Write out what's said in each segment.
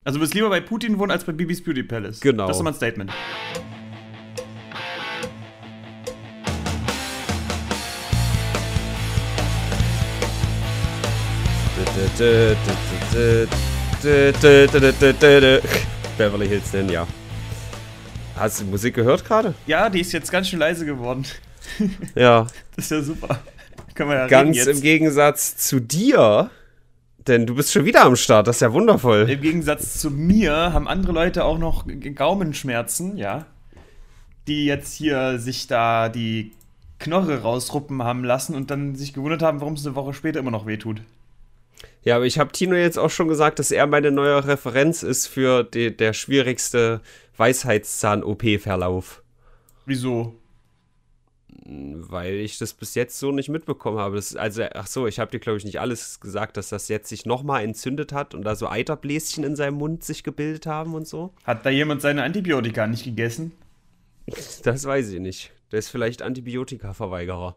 Also du willst lieber bei Putin wohnen als bei Bibis Beauty Palace. Genau. Das ist mal ein Statement. Beverly Hills nennen, ja. Hast du die Musik gehört gerade? Ja, die ist jetzt ganz schön leise geworden. Ja. Das ist ja super. Können wir ja Ganz reden jetzt. im Gegensatz zu dir, denn du bist schon wieder am Start, das ist ja wundervoll. Im Gegensatz zu mir haben andere Leute auch noch Gaumenschmerzen, ja. Die jetzt hier sich da die Knorre rausruppen haben lassen und dann sich gewundert haben, warum es eine Woche später immer noch wehtut. Ja, aber ich habe Tino jetzt auch schon gesagt, dass er meine neue Referenz ist für der schwierigste Weisheitszahn-OP-Verlauf. Wieso? Weil ich das bis jetzt so nicht mitbekommen habe. Ich habe dir, glaube ich, nicht alles gesagt, dass das jetzt sich nochmal entzündet hat und da so Eiterbläschen in seinem Mund sich gebildet haben und so. Hat da jemand seine Antibiotika nicht gegessen? Das weiß ich nicht. Der ist vielleicht Antibiotika-Verweigerer.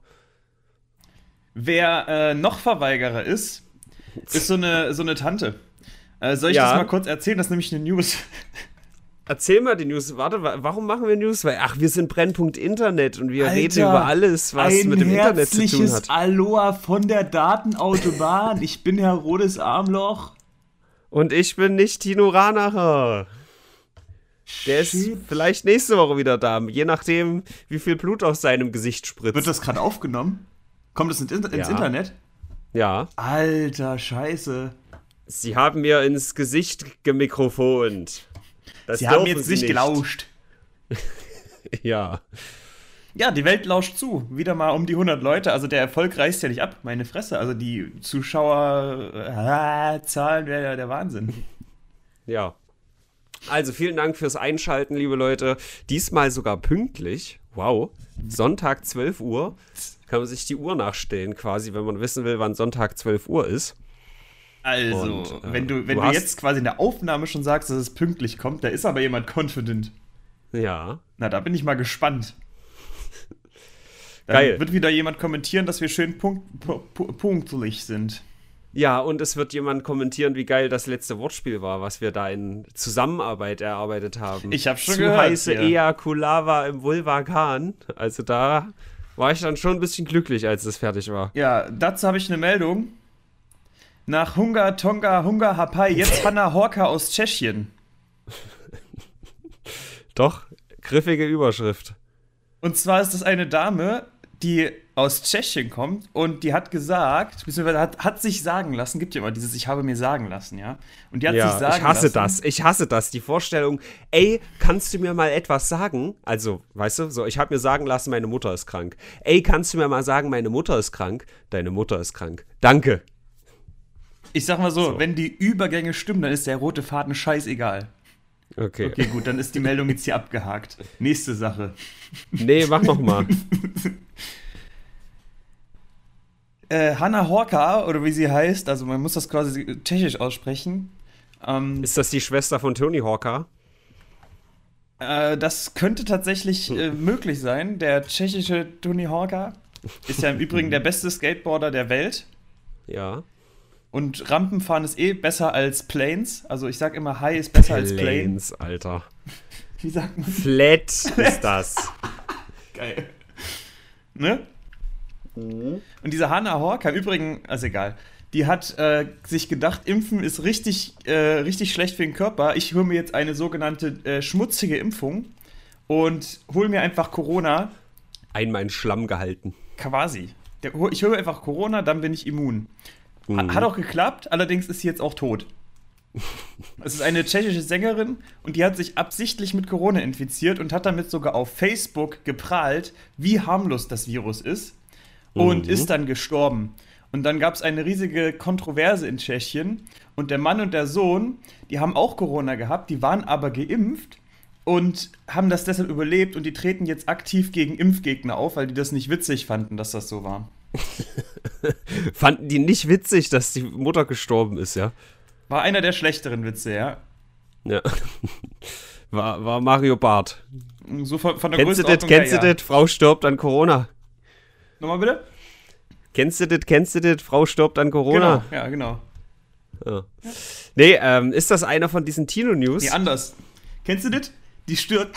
Wer noch Verweigerer ist so eine Tante. Soll ich das mal kurz erzählen? Das ist nämlich eine News. Erzähl mal die News. Warte, warum machen wir News? Weil, wir sind Brennpunkt Internet und wir Alter, reden über alles, was mit dem Internet zu tun hat. Ein herzliches Aloha von der Datenautobahn. Ich bin Herr Rotes Armloch. Und ich bin nicht Tino Ranacher. Der ist vielleicht nächste Woche wieder da, je nachdem, wie viel Blut aus seinem Gesicht spritzt. Wird das gerade aufgenommen? Kommt das ins Internet? Ja. Alter, scheiße. Sie haben mir ins Gesicht gemikrofont. Sie haben jetzt nicht gelauscht. Ja. Ja, die Welt lauscht zu. Wieder mal um die 100 Leute. Also der Erfolg reißt ja nicht ab, meine Fresse. Also die Zuschauerzahlen wäre ja der Wahnsinn. Ja. Also vielen Dank fürs Einschalten, liebe Leute. Diesmal sogar pünktlich. Wow. Sonntag 12 Uhr. Kann man sich die Uhr nachstellen quasi, wenn man wissen will, wann Sonntag 12 Uhr ist. Also, und, wenn du jetzt quasi in der Aufnahme schon sagst, dass es pünktlich kommt, da ist aber jemand confident. Ja. Na, da bin ich mal gespannt. Dann Geil. Wird wieder jemand kommentieren, dass wir schön punktlich sind. Ja, und es wird jemand kommentieren, wie geil das letzte Wortspiel war, was wir da in Zusammenarbeit erarbeitet haben. Ich hab schon Zu gehört. Heiße Ejakulava im Vulvakan. Also da war ich dann schon ein bisschen glücklich, als es fertig war. Ja, dazu habe ich eine Meldung. Nach Hunga Tonga Hunga Hapai jetzt Hanna Horka aus Tschechien. Doch, griffige Überschrift. Und zwar ist das eine Dame, die aus Tschechien kommt und die hat gesagt, beziehungsweise hat sich sagen lassen, gibt ja immer dieses ich habe mir sagen lassen, ja? Und die hat sich sagen lassen. Ich hasse das, die Vorstellung, ey, kannst du mir mal etwas sagen? Also, weißt du, so, ich habe mir sagen lassen, meine Mutter ist krank. Ey, kannst du mir mal sagen, meine Mutter ist krank? Deine Mutter ist krank. Danke. Ich sag mal so, wenn die Übergänge stimmen, dann ist der rote Faden scheißegal. Okay. Okay, gut, dann ist die Meldung jetzt hier abgehakt. Nächste Sache. Nee, mach noch mal. Hanna Horka, oder wie sie heißt, also man muss das quasi tschechisch aussprechen. Ist das die Schwester von Tony Hawker? Das könnte tatsächlich möglich sein. Der tschechische Tony Hawka ist ja im Übrigen der beste Skateboarder der Welt. Ja. Und Rampenfahren ist besser als Planes. Also ich sag immer, High ist besser als Plane. Planes, Alter. Wie sagt man? Flat ist das. Geil. Ne? Mhm. Und diese Hanna Horka, im Übrigen, also egal, die hat sich gedacht, Impfen ist richtig schlecht für den Körper. Ich hole mir jetzt eine sogenannte schmutzige Impfung und hole mir einfach Corona. Einmal in Schlamm gehalten. Quasi. Ich hole mir einfach Corona, dann bin ich immun. Hat auch geklappt, allerdings ist sie jetzt auch tot. Es ist eine tschechische Sängerin und die hat sich absichtlich mit Corona infiziert und hat damit sogar auf Facebook geprahlt, wie harmlos das Virus ist und ist dann gestorben. Und dann gab es eine riesige Kontroverse in Tschechien und der Mann und der Sohn, die haben auch Corona gehabt, die waren aber geimpft und haben das deshalb überlebt und die treten jetzt aktiv gegen Impfgegner auf, weil die das nicht witzig fanden, dass das so war. Fanden die nicht witzig, dass die Mutter gestorben ist, ja? War einer der schlechteren Witze, ja. Ja. War Mario Barth. So von der Kennst du Größenordnung das? her, ja. Frau stirbt an Corona. Nochmal bitte? Kennst du das? Frau stirbt an Corona. Genau, ja, genau. Ja. Nee, ist das einer von diesen Tino-News? Nee, anders. Kennst du das? Die stirbt.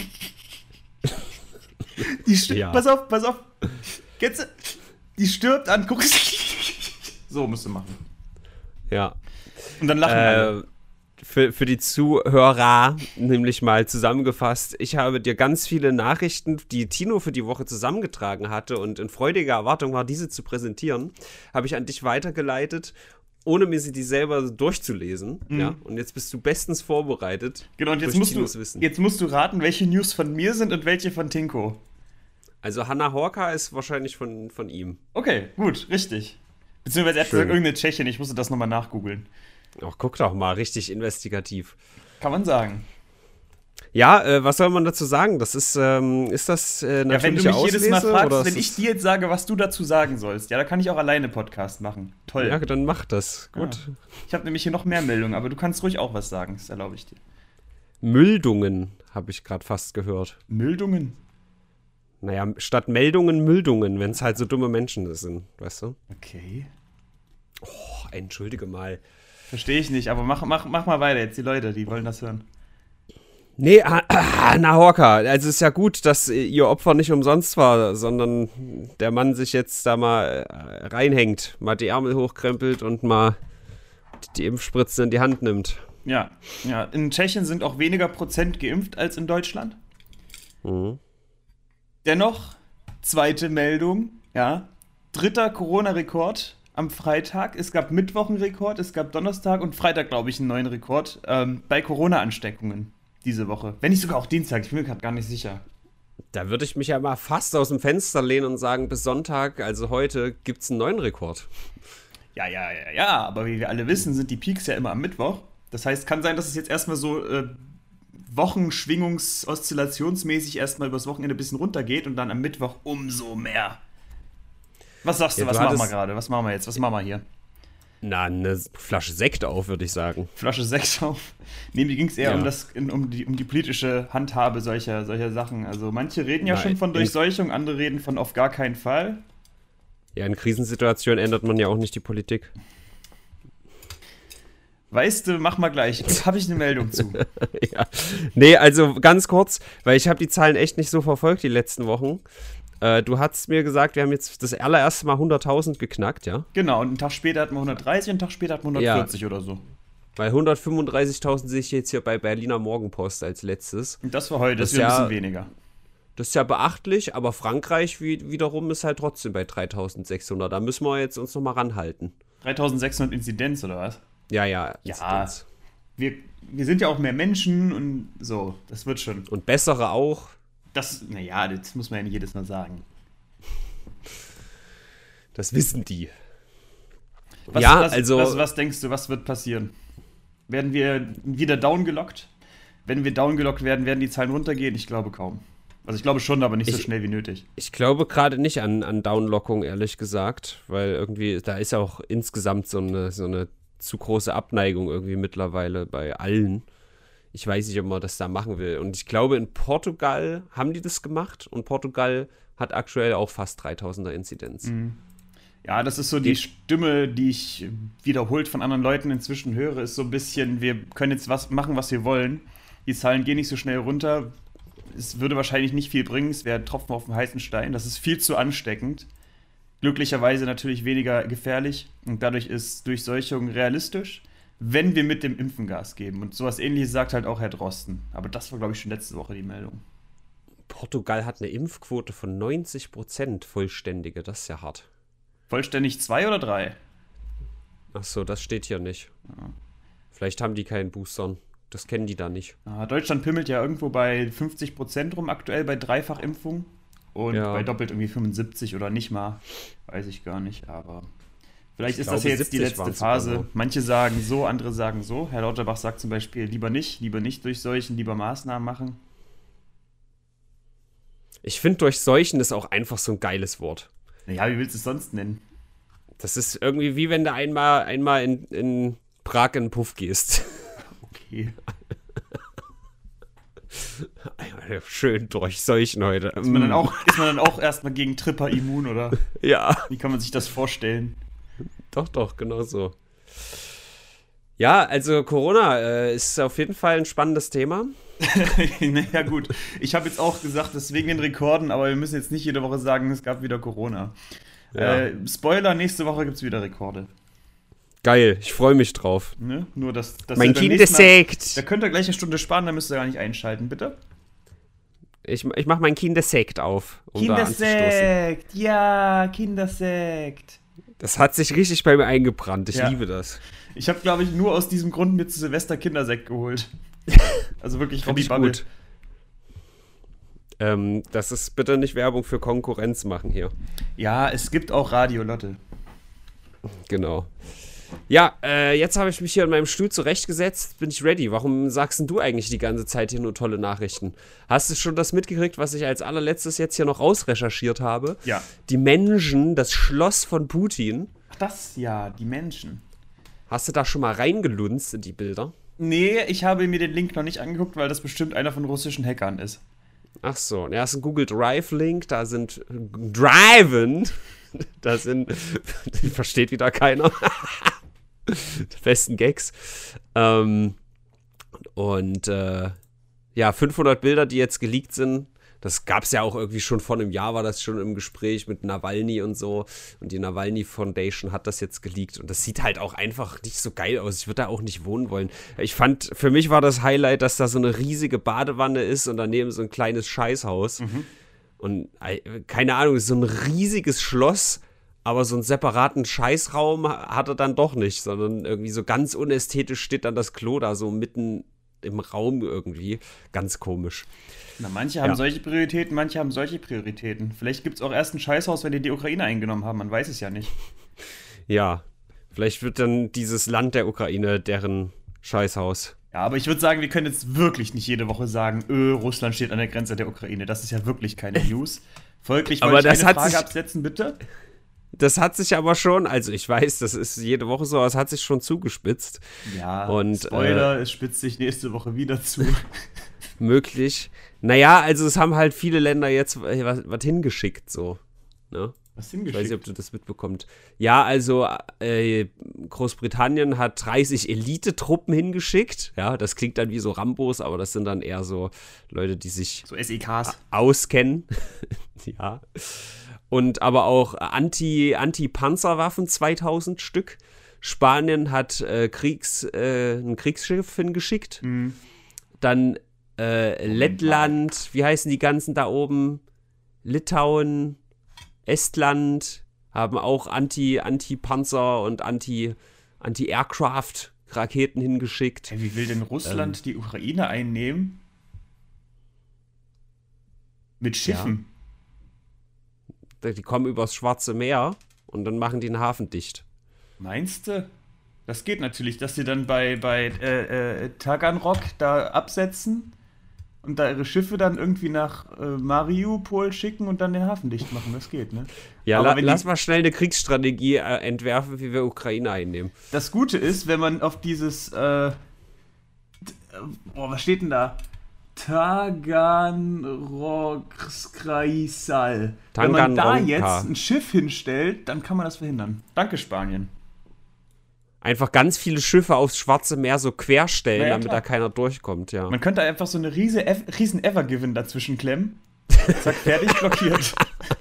Ja. Pass auf. Kennst du? Die stirbt an, guck. So musst du machen. Ja. Und dann lachen alle. Für die Zuhörer nämlich mal zusammengefasst, ich habe dir ganz viele Nachrichten, die Tino für die Woche zusammengetragen hatte und in freudiger Erwartung war, diese zu präsentieren, habe ich an dich weitergeleitet, ohne mir sie die selber durchzulesen. Ja? Und jetzt bist du bestens vorbereitet. Genau, und jetzt musst du raten, welche News von mir sind und welche von Tinko. Also Hannah Horka ist wahrscheinlich von ihm. Okay, gut, richtig. Beziehungsweise er hat gesagt, irgendeine Tschechin, ich musste das nochmal nachgoogeln. Ach, guck doch mal, richtig investigativ. Kann man sagen. Ja, was soll man dazu sagen? Das ist das natürliche Ja, wenn du mich jedes Mal fragst, oder wenn ich dir jetzt sage, was du dazu sagen sollst, ja, da kann ich auch alleine Podcast machen. Toll. Ja, dann mach das. Gut. Ja. Ich habe nämlich hier noch mehr Meldungen, aber du kannst ruhig auch was sagen, das erlaube ich dir. Müldungen, habe ich gerade fast gehört. Meldungen? Naja, statt Meldungen, Müldungen, wenn es halt so dumme Menschen sind, weißt du? Okay. Oh, entschuldige mal. Verstehe ich nicht, aber mach mal weiter jetzt, die Leute, die wollen das hören. Nee, Hannah Horka, also ist ja gut, dass ihr Opfer nicht umsonst war, sondern der Mann sich jetzt da mal reinhängt, mal die Ärmel hochkrempelt und mal die Impfspritzen in die Hand nimmt. Ja. In Tschechien sind auch weniger Prozent geimpft als in Deutschland. Mhm. Dennoch, zweite Meldung, ja, 3. Corona-Rekord am Freitag. Es gab Mittwoch einen Rekord, es gab Donnerstag und Freitag, glaube ich, einen neuen Rekord bei Corona-Ansteckungen diese Woche. Wenn nicht sogar auch Dienstag, ich bin mir gerade gar nicht sicher. Da würde ich mich ja mal fast aus dem Fenster lehnen und sagen, bis Sonntag, also heute, gibt es einen neuen Rekord. Ja, aber wie wir alle wissen, sind die Peaks ja immer am Mittwoch. Das heißt, kann sein, dass es jetzt erstmal so wochenschwingungs-oszillationsmäßig erstmal übers Wochenende ein bisschen runtergeht und dann am Mittwoch umso mehr. Was sagst du, was machen wir gerade? Was machen wir jetzt? Was machen wir hier? Na, eine Flasche Sekt auf, würde ich sagen. Flasche Sekt auf? Nee, mir ging es eher um die politische Handhabe solcher Sachen. Also manche reden ja schon von Durchseuchung, andere reden von auf gar keinen Fall. Ja, in Krisensituationen ändert man ja auch nicht die Politik. Weißt du, mach mal gleich. Habe ich eine Meldung zu. Ja. Nee, also ganz kurz, weil ich habe die Zahlen echt nicht so verfolgt die letzten Wochen. Du hast mir gesagt, wir haben jetzt das allererste Mal 100.000 geknackt, ja? Genau, und einen Tag später hatten wir 130 und einen Tag später hatten wir 140 oder so. Bei 135.000 sehe ich jetzt hier bei Berliner Morgenpost als letztes. Und das war heute, das ist ja ein bisschen weniger. Das ist ja beachtlich, aber Frankreich wiederum ist halt trotzdem bei 3.600. Da müssen wir jetzt uns nochmal ranhalten. 3.600 Inzidenz oder was? Ja. Inzidenz. Wir sind ja auch mehr Menschen und so, das wird schon. Und bessere auch. Das muss man ja nicht jedes Mal sagen. Das wissen die. Was denkst du, was wird passieren? Werden wir wieder downgelockt? Wenn wir downgelockt werden, werden die Zahlen runtergehen? Ich glaube kaum. Also ich glaube schon, aber nicht so schnell wie nötig. Ich glaube gerade nicht an Downlockung, ehrlich gesagt, weil irgendwie, da ist ja auch insgesamt so eine zu große Abneigung irgendwie mittlerweile bei allen. Ich weiß nicht, ob man das da machen will. Und ich glaube, in Portugal haben die das gemacht und Portugal hat aktuell auch fast 3.000er Inzidenz. Mhm. Ja, das ist so die Stimme, die ich wiederholt von anderen Leuten inzwischen höre, ist so ein bisschen, wir können jetzt was machen, was wir wollen. Die Zahlen gehen nicht so schnell runter. Es würde wahrscheinlich nicht viel bringen, es wäre ein Tropfen auf dem heißen Stein. Das ist viel zu ansteckend. Glücklicherweise natürlich weniger gefährlich und dadurch ist Durchseuchung realistisch, wenn wir mit dem Impfen Gas geben. Und sowas Ähnliches sagt halt auch Herr Drosten. Aber das war, glaube ich, schon letzte Woche die Meldung. Portugal hat eine Impfquote von 90% vollständige. Das ist ja hart. Vollständig 2 oder 3? Ach so, das steht hier nicht. Ja. Vielleicht haben die keinen Boostern. Das kennen die da nicht. Ja, Deutschland pimmelt ja irgendwo bei 50% rum aktuell bei Dreifachimpfung. Und bei doppelt irgendwie 75 oder nicht mal. Weiß ich gar nicht, aber vielleicht ist das jetzt die letzte Phase. So. Manche sagen so, andere sagen so. Herr Lauterbach sagt zum Beispiel, lieber nicht durchseuchen, lieber Maßnahmen machen. Ich finde, durchseuchen ist auch einfach so ein geiles Wort. Ja, wie willst du es sonst nennen? Das ist irgendwie wie wenn du einmal in Prag in den Puff gehst. Okay. Schön durchseuchen heute. Ist man dann auch erstmal gegen Tripper immun, oder? Ja. Wie kann man sich das vorstellen? Doch, genau so. Ja, also Corona ist auf jeden Fall ein spannendes Thema. Naja, gut. Ich habe jetzt auch gesagt, das ist wegen den Rekorden, aber wir müssen jetzt nicht jede Woche sagen, es gab wieder Corona. Ja. Spoiler, nächste Woche gibt es wieder Rekorde. Geil, ich freue mich drauf. Ne? Nur, dass Mein Kind ist Sekt. Da könnt ihr gleich eine Stunde sparen, da müsst ihr gar nicht einschalten, bitte. Ich mache mein Kindersekt auf, um da anzustoßen. Kindersekt, ja, Kindersekt. Das hat sich richtig bei mir eingebrannt. Ich Ja. liebe das. Ich habe, glaube ich, nur aus diesem Grund mir zu Silvester Kindersekt geholt. Also wirklich Finde Robbie ich Bubble. gut. Das ist bitte nicht Werbung für Konkurrenz machen hier. Ja, es gibt auch Radio Lotte. Genau. Ja, jetzt habe ich mich hier in meinem Stuhl zurechtgesetzt. Bin ich ready? Warum sagst denn du eigentlich die ganze Zeit hier nur tolle Nachrichten? Hast du schon das mitgekriegt, was ich als allerletztes jetzt hier noch rausrecherchiert habe? Ja. Die Menschen, das Schloss von Putin. Ach, das ja, die Menschen. Hast du da schon mal reingelunzt in die Bilder? Nee, ich habe mir den Link noch nicht angeguckt, weil das bestimmt einer von russischen Hackern ist. Ach so, ja, ist ein Google Drive-Link, da sind Driven, da sind, versteht wieder keiner, besten Gags. Ja, 500 Bilder, die jetzt geleakt sind. Das gab es ja auch irgendwie schon vor einem Jahr, war das schon im Gespräch mit Nawalny und so. Und die Nawalny Foundation hat das jetzt geleakt. Und das sieht halt auch einfach nicht so geil aus. Ich würde da auch nicht wohnen wollen. Ich fand, für mich war das Highlight, dass da so eine riesige Badewanne ist und daneben so ein kleines Scheißhaus. Mhm. Und keine Ahnung, so ein riesiges Schloss, aber so einen separaten Scheißraum hat er dann doch nicht, sondern irgendwie so ganz unästhetisch steht dann das Klo da so mitten im Raum irgendwie. Ganz komisch. Na, manche haben solche Prioritäten, manche haben solche Prioritäten. Vielleicht gibt es auch erst ein Scheißhaus, wenn die Ukraine eingenommen haben. Man weiß es ja nicht. Ja, vielleicht wird dann dieses Land der Ukraine deren Scheißhaus. Ja, aber ich würde sagen, wir können jetzt wirklich nicht jede Woche sagen, Russland steht an der Grenze der Ukraine. Das ist ja wirklich keine News. Folglich wollte ich eine Frage absetzen, bitte. Das hat sich aber schon, also ich weiß, das ist jede Woche so, aber es hat sich schon zugespitzt. Ja, und, Spoiler, es spitzt sich nächste Woche wieder zu. Möglich. Naja, also es haben halt viele Länder jetzt was hingeschickt, so. Ne? Was hingeschickt? Ich weiß nicht, ob du das mitbekommst. Ja, also Großbritannien hat 30 Elite-Truppen hingeschickt. Ja, das klingt dann wie so Rambos, aber das sind dann eher so Leute, die sich so SEKs auskennen. Ja. Und aber auch Anti-Panzerwaffen 2000 Stück. Spanien hat ein Kriegsschiff hingeschickt. Mhm. Dann Lettland, wie heißen die ganzen da oben? Litauen, Estland haben auch Anti-Panzer und Anti-Aircraft-Raketen hingeschickt. Hey, wie will denn Russland die Ukraine einnehmen? Mit Schiffen? Ja. Die kommen übers Schwarze Meer und dann machen die den Hafen dicht. Meinst du? Das geht natürlich, dass sie dann bei Taganrog da absetzen und da ihre Schiffe dann irgendwie nach Mariupol schicken und dann den Hafen dicht machen. Das geht, ne? Ja, lass mal schnell eine Kriegsstrategie entwerfen, wie wir Ukraine einnehmen. Das Gute ist, wenn man auf dieses was steht denn da? Taganrog-Kreisal. Wenn man da jetzt ein Schiff hinstellt, dann kann man das verhindern. Danke, Spanien. Einfach ganz viele Schiffe aufs Schwarze Meer so querstellen, damit klar. da keiner durchkommt, ja. Man könnte einfach so eine riesen Evergiven dazwischen klemmen. Zack, fertig, blockiert.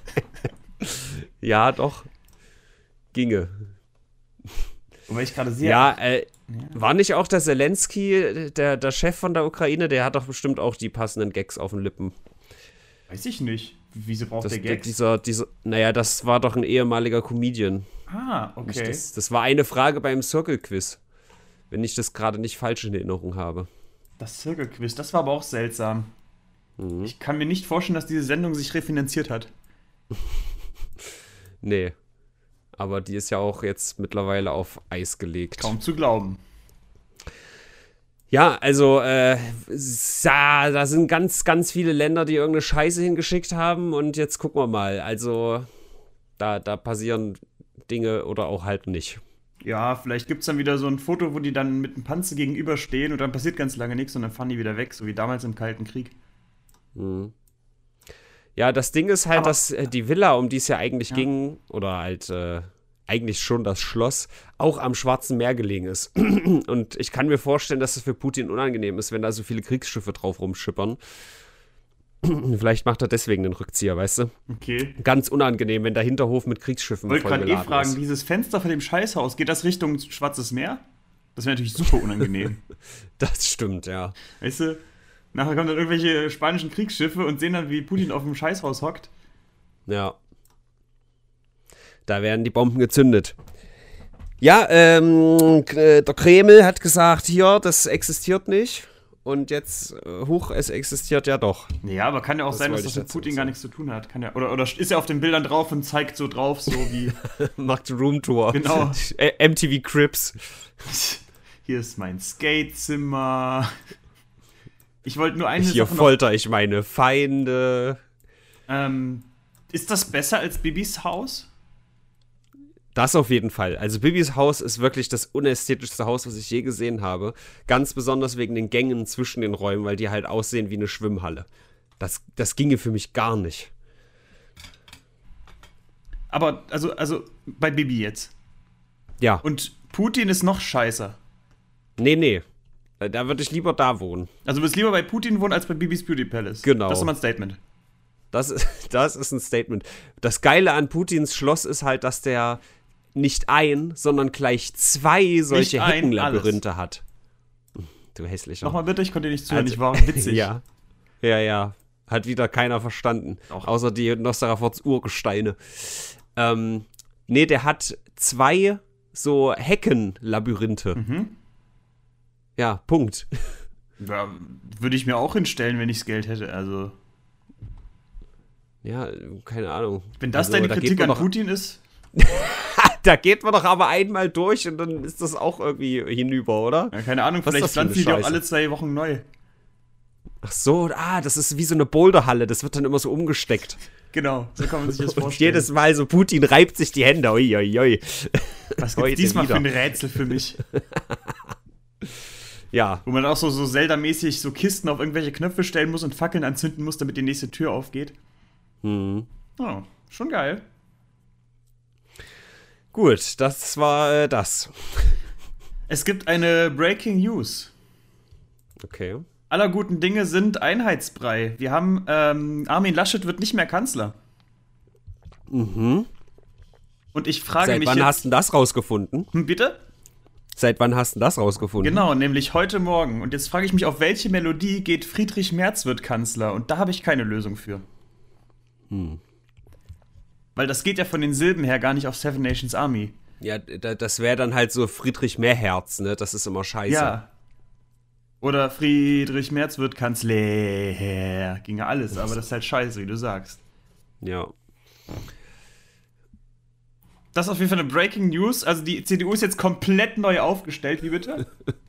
Ja, doch. Ginge. Wobei ich gerade sehe. Ja, war nicht auch der Zelensky, der Chef von der Ukraine, der hat doch bestimmt auch die passenden Gags auf den Lippen. Weiß ich nicht. Wieso braucht der Gags? Naja, das war doch ein ehemaliger Comedian. Ah, okay. Das war eine Frage beim Circle-Quiz, wenn ich das gerade nicht falsch in Erinnerung habe. Das Circle-Quiz, das war aber auch seltsam. Mhm. Ich kann mir nicht vorstellen, dass diese Sendung sich refinanziert hat. Nee. Aber die ist ja auch jetzt mittlerweile auf Eis gelegt. Kaum zu glauben. Ja, also da sind ganz, ganz viele Länder, die irgendeine Scheiße hingeschickt haben und jetzt gucken wir mal. Also da passieren Dinge oder auch halt nicht. Ja, vielleicht gibt es dann wieder so ein Foto, wo die dann mit einem Panzer gegenüberstehen und dann passiert ganz lange nichts und dann fahren die wieder weg, so wie damals im Kalten Krieg. Mhm. Ja, das Ding ist halt, dass die Villa, um die es ja eigentlich ging, oder halt eigentlich schon das Schloss auch am Schwarzen Meer gelegen ist. Und ich kann mir vorstellen, dass es für Putin unangenehm ist, wenn da so viele Kriegsschiffe drauf rumschippern. Vielleicht macht er deswegen den Rückzieher, weißt du? Okay. Ganz unangenehm, wenn der Hinterhof mit Kriegsschiffen vollgeladen ist. Ich wollte gerade fragen, dieses Fenster von dem Scheißhaus, geht das Richtung Schwarzes Meer? Das wäre natürlich super unangenehm. Das stimmt, ja. Weißt du, nachher kommen dann irgendwelche spanischen Kriegsschiffe und sehen dann, wie Putin auf dem Scheißhaus hockt. Ja. Da werden die Bomben gezündet. Ja, der Kreml hat gesagt, hier, das existiert nicht. Und jetzt, es existiert ja doch. Ja, aber kann ja auch sein, dass das mit Putin gar nichts zu tun hat. Kann ja, oder ist er auf den Bildern drauf und zeigt so drauf, so wie... Macht Roomtour. Genau. MTV Cribs. Hier ist mein Skatezimmer. Ich wollte nur eine Hier Sache folter ich meine Feinde. Ist das besser als Bibis Haus? Das auf jeden Fall. Also Bibis Haus ist wirklich das unästhetischste Haus, was ich je gesehen habe. Ganz besonders wegen den Gängen zwischen den Räumen, weil die halt aussehen wie eine Schwimmhalle. Das ginge für mich gar nicht. Aber, also bei Bibi jetzt. Ja. Und Putin ist noch scheißer. Nee. Da würde ich lieber da wohnen. Also du willst lieber bei Putin wohnen als bei Bibis Beauty Palace. Genau. Das ist immer ein Statement. Das ist ein Statement. Das Geile an Putins Schloss ist halt, dass der nicht sondern gleich 2 solche Heckenlabyrinthe hat. Du hässlicher. Nochmal bitte, ich konnte dir nicht zuhören, Also, ich war witzig. Ja. Hat wieder keiner verstanden. Außer die Nosferatu Urgesteine. Nee, der hat 2 so Heckenlabyrinthe. Ja, Punkt. Ja, würde ich mir auch hinstellen, wenn ich das Geld hätte, also. Ja, keine Ahnung. Wenn das deine Kritik an Putin ist? Da geht man doch aber einmal durch und dann ist das auch irgendwie hinüber, oder? Ja, keine Ahnung, vielleicht pflanzen die auch alle 2 Wochen neu. Ach so, das ist wie so eine Boulderhalle, das wird dann immer so umgesteckt. Genau, so kann man sich das vorstellen. Und jedes Mal so, Putin reibt sich die Hände, oi. Was gibt's diesmal für ein Rätsel für mich? Ja. Wo man auch so Zelda-mäßig so Kisten auf irgendwelche Knöpfe stellen muss und Fackeln anzünden muss, damit die nächste Tür aufgeht. Oh, schon geil. Gut, das war das. Es gibt eine Breaking News. Okay. Aller guten Dinge sind Einheitsbrei. Wir haben, Armin Laschet wird nicht mehr Kanzler. Und ich frage mich Seit wann hast du das rausgefunden? Bitte? Seit wann hast du das rausgefunden? Genau, nämlich heute Morgen. Und jetzt frage ich mich, auf welche Melodie geht Friedrich Merz wird Kanzler? Und da habe ich keine Lösung für. Weil das geht ja von den Silben her gar nicht auf Seven Nations Army. Ja, das wäre dann halt so Friedrich Mehrherz, ne? Das ist immer scheiße. Ja. Oder Friedrich Merz wird Kanzler. Ginge alles, aber das ist halt scheiße, wie du sagst. Ja. Das ist auf jeden Fall eine Breaking News. Also die CDU ist jetzt komplett neu aufgestellt. Wie bitte?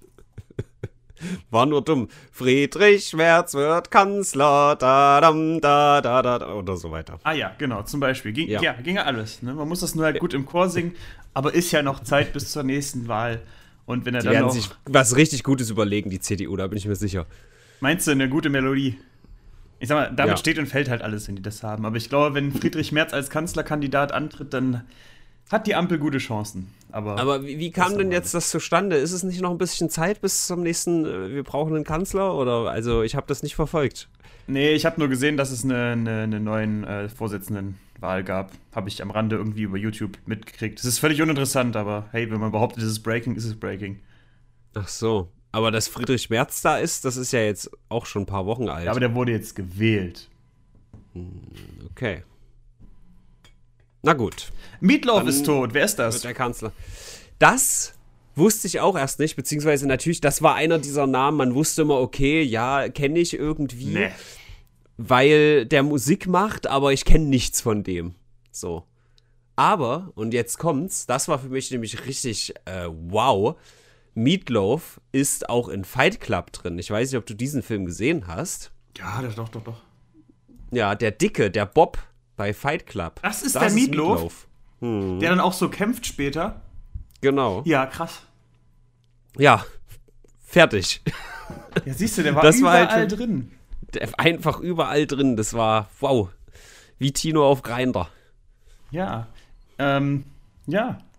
War nur dumm. Friedrich Merz wird Kanzler, oder so weiter. Ah ja, genau, zum Beispiel. Ginge alles. Ne? Man muss das nur halt gut im Chor singen, aber ist ja noch Zeit bis zur nächsten Wahl. Und wenn er dann werden noch... sich was richtig Gutes überlegen, die CDU, da bin ich mir sicher. Meinst du, eine gute Melodie? Ich sag mal, damit steht und fällt halt alles, wenn die das haben. Aber ich glaube, wenn Friedrich Merz als Kanzlerkandidat antritt, dann hat die Ampel gute Chancen. Aber wie kam denn jetzt das zustande? Ist es nicht noch ein bisschen Zeit bis zum nächsten, wir brauchen einen Kanzler? Oder, also ich habe das nicht verfolgt. Nee, ich habe nur gesehen, dass es eine neuen Vorsitzendenwahl gab. Habe ich am Rande irgendwie über YouTube mitgekriegt. Das ist völlig uninteressant, aber hey, wenn man behauptet, es ist Breaking, ist es Breaking. Ach so. Aber dass Friedrich Merz da ist, das ist ja jetzt auch schon ein paar Wochen alt. Ja, aber der wurde jetzt gewählt. Okay. Na gut. Meatloaf ist tot. Wer ist das? Wird der Kanzler. Das wusste ich auch erst nicht, beziehungsweise natürlich, das war einer dieser Namen, man wusste immer, okay, ja, kenne ich irgendwie, Nee. Weil der Musik macht, aber ich kenne nichts von dem. So. Aber, und jetzt kommt's, das war für mich nämlich richtig wow, Meatloaf ist auch in Fight Club drin. Ich weiß nicht, ob du diesen Film gesehen hast. Ja, doch. Ja, der Dicke, der Bob bei Fight Club. Das ist der Meatloaf? Der dann auch so kämpft später? Genau. Ja, krass. Ja, fertig. Ja, siehst du, der war das überall war halt drin. Einfach überall drin. Das war, wow, wie Tino auf Grindr. Ja.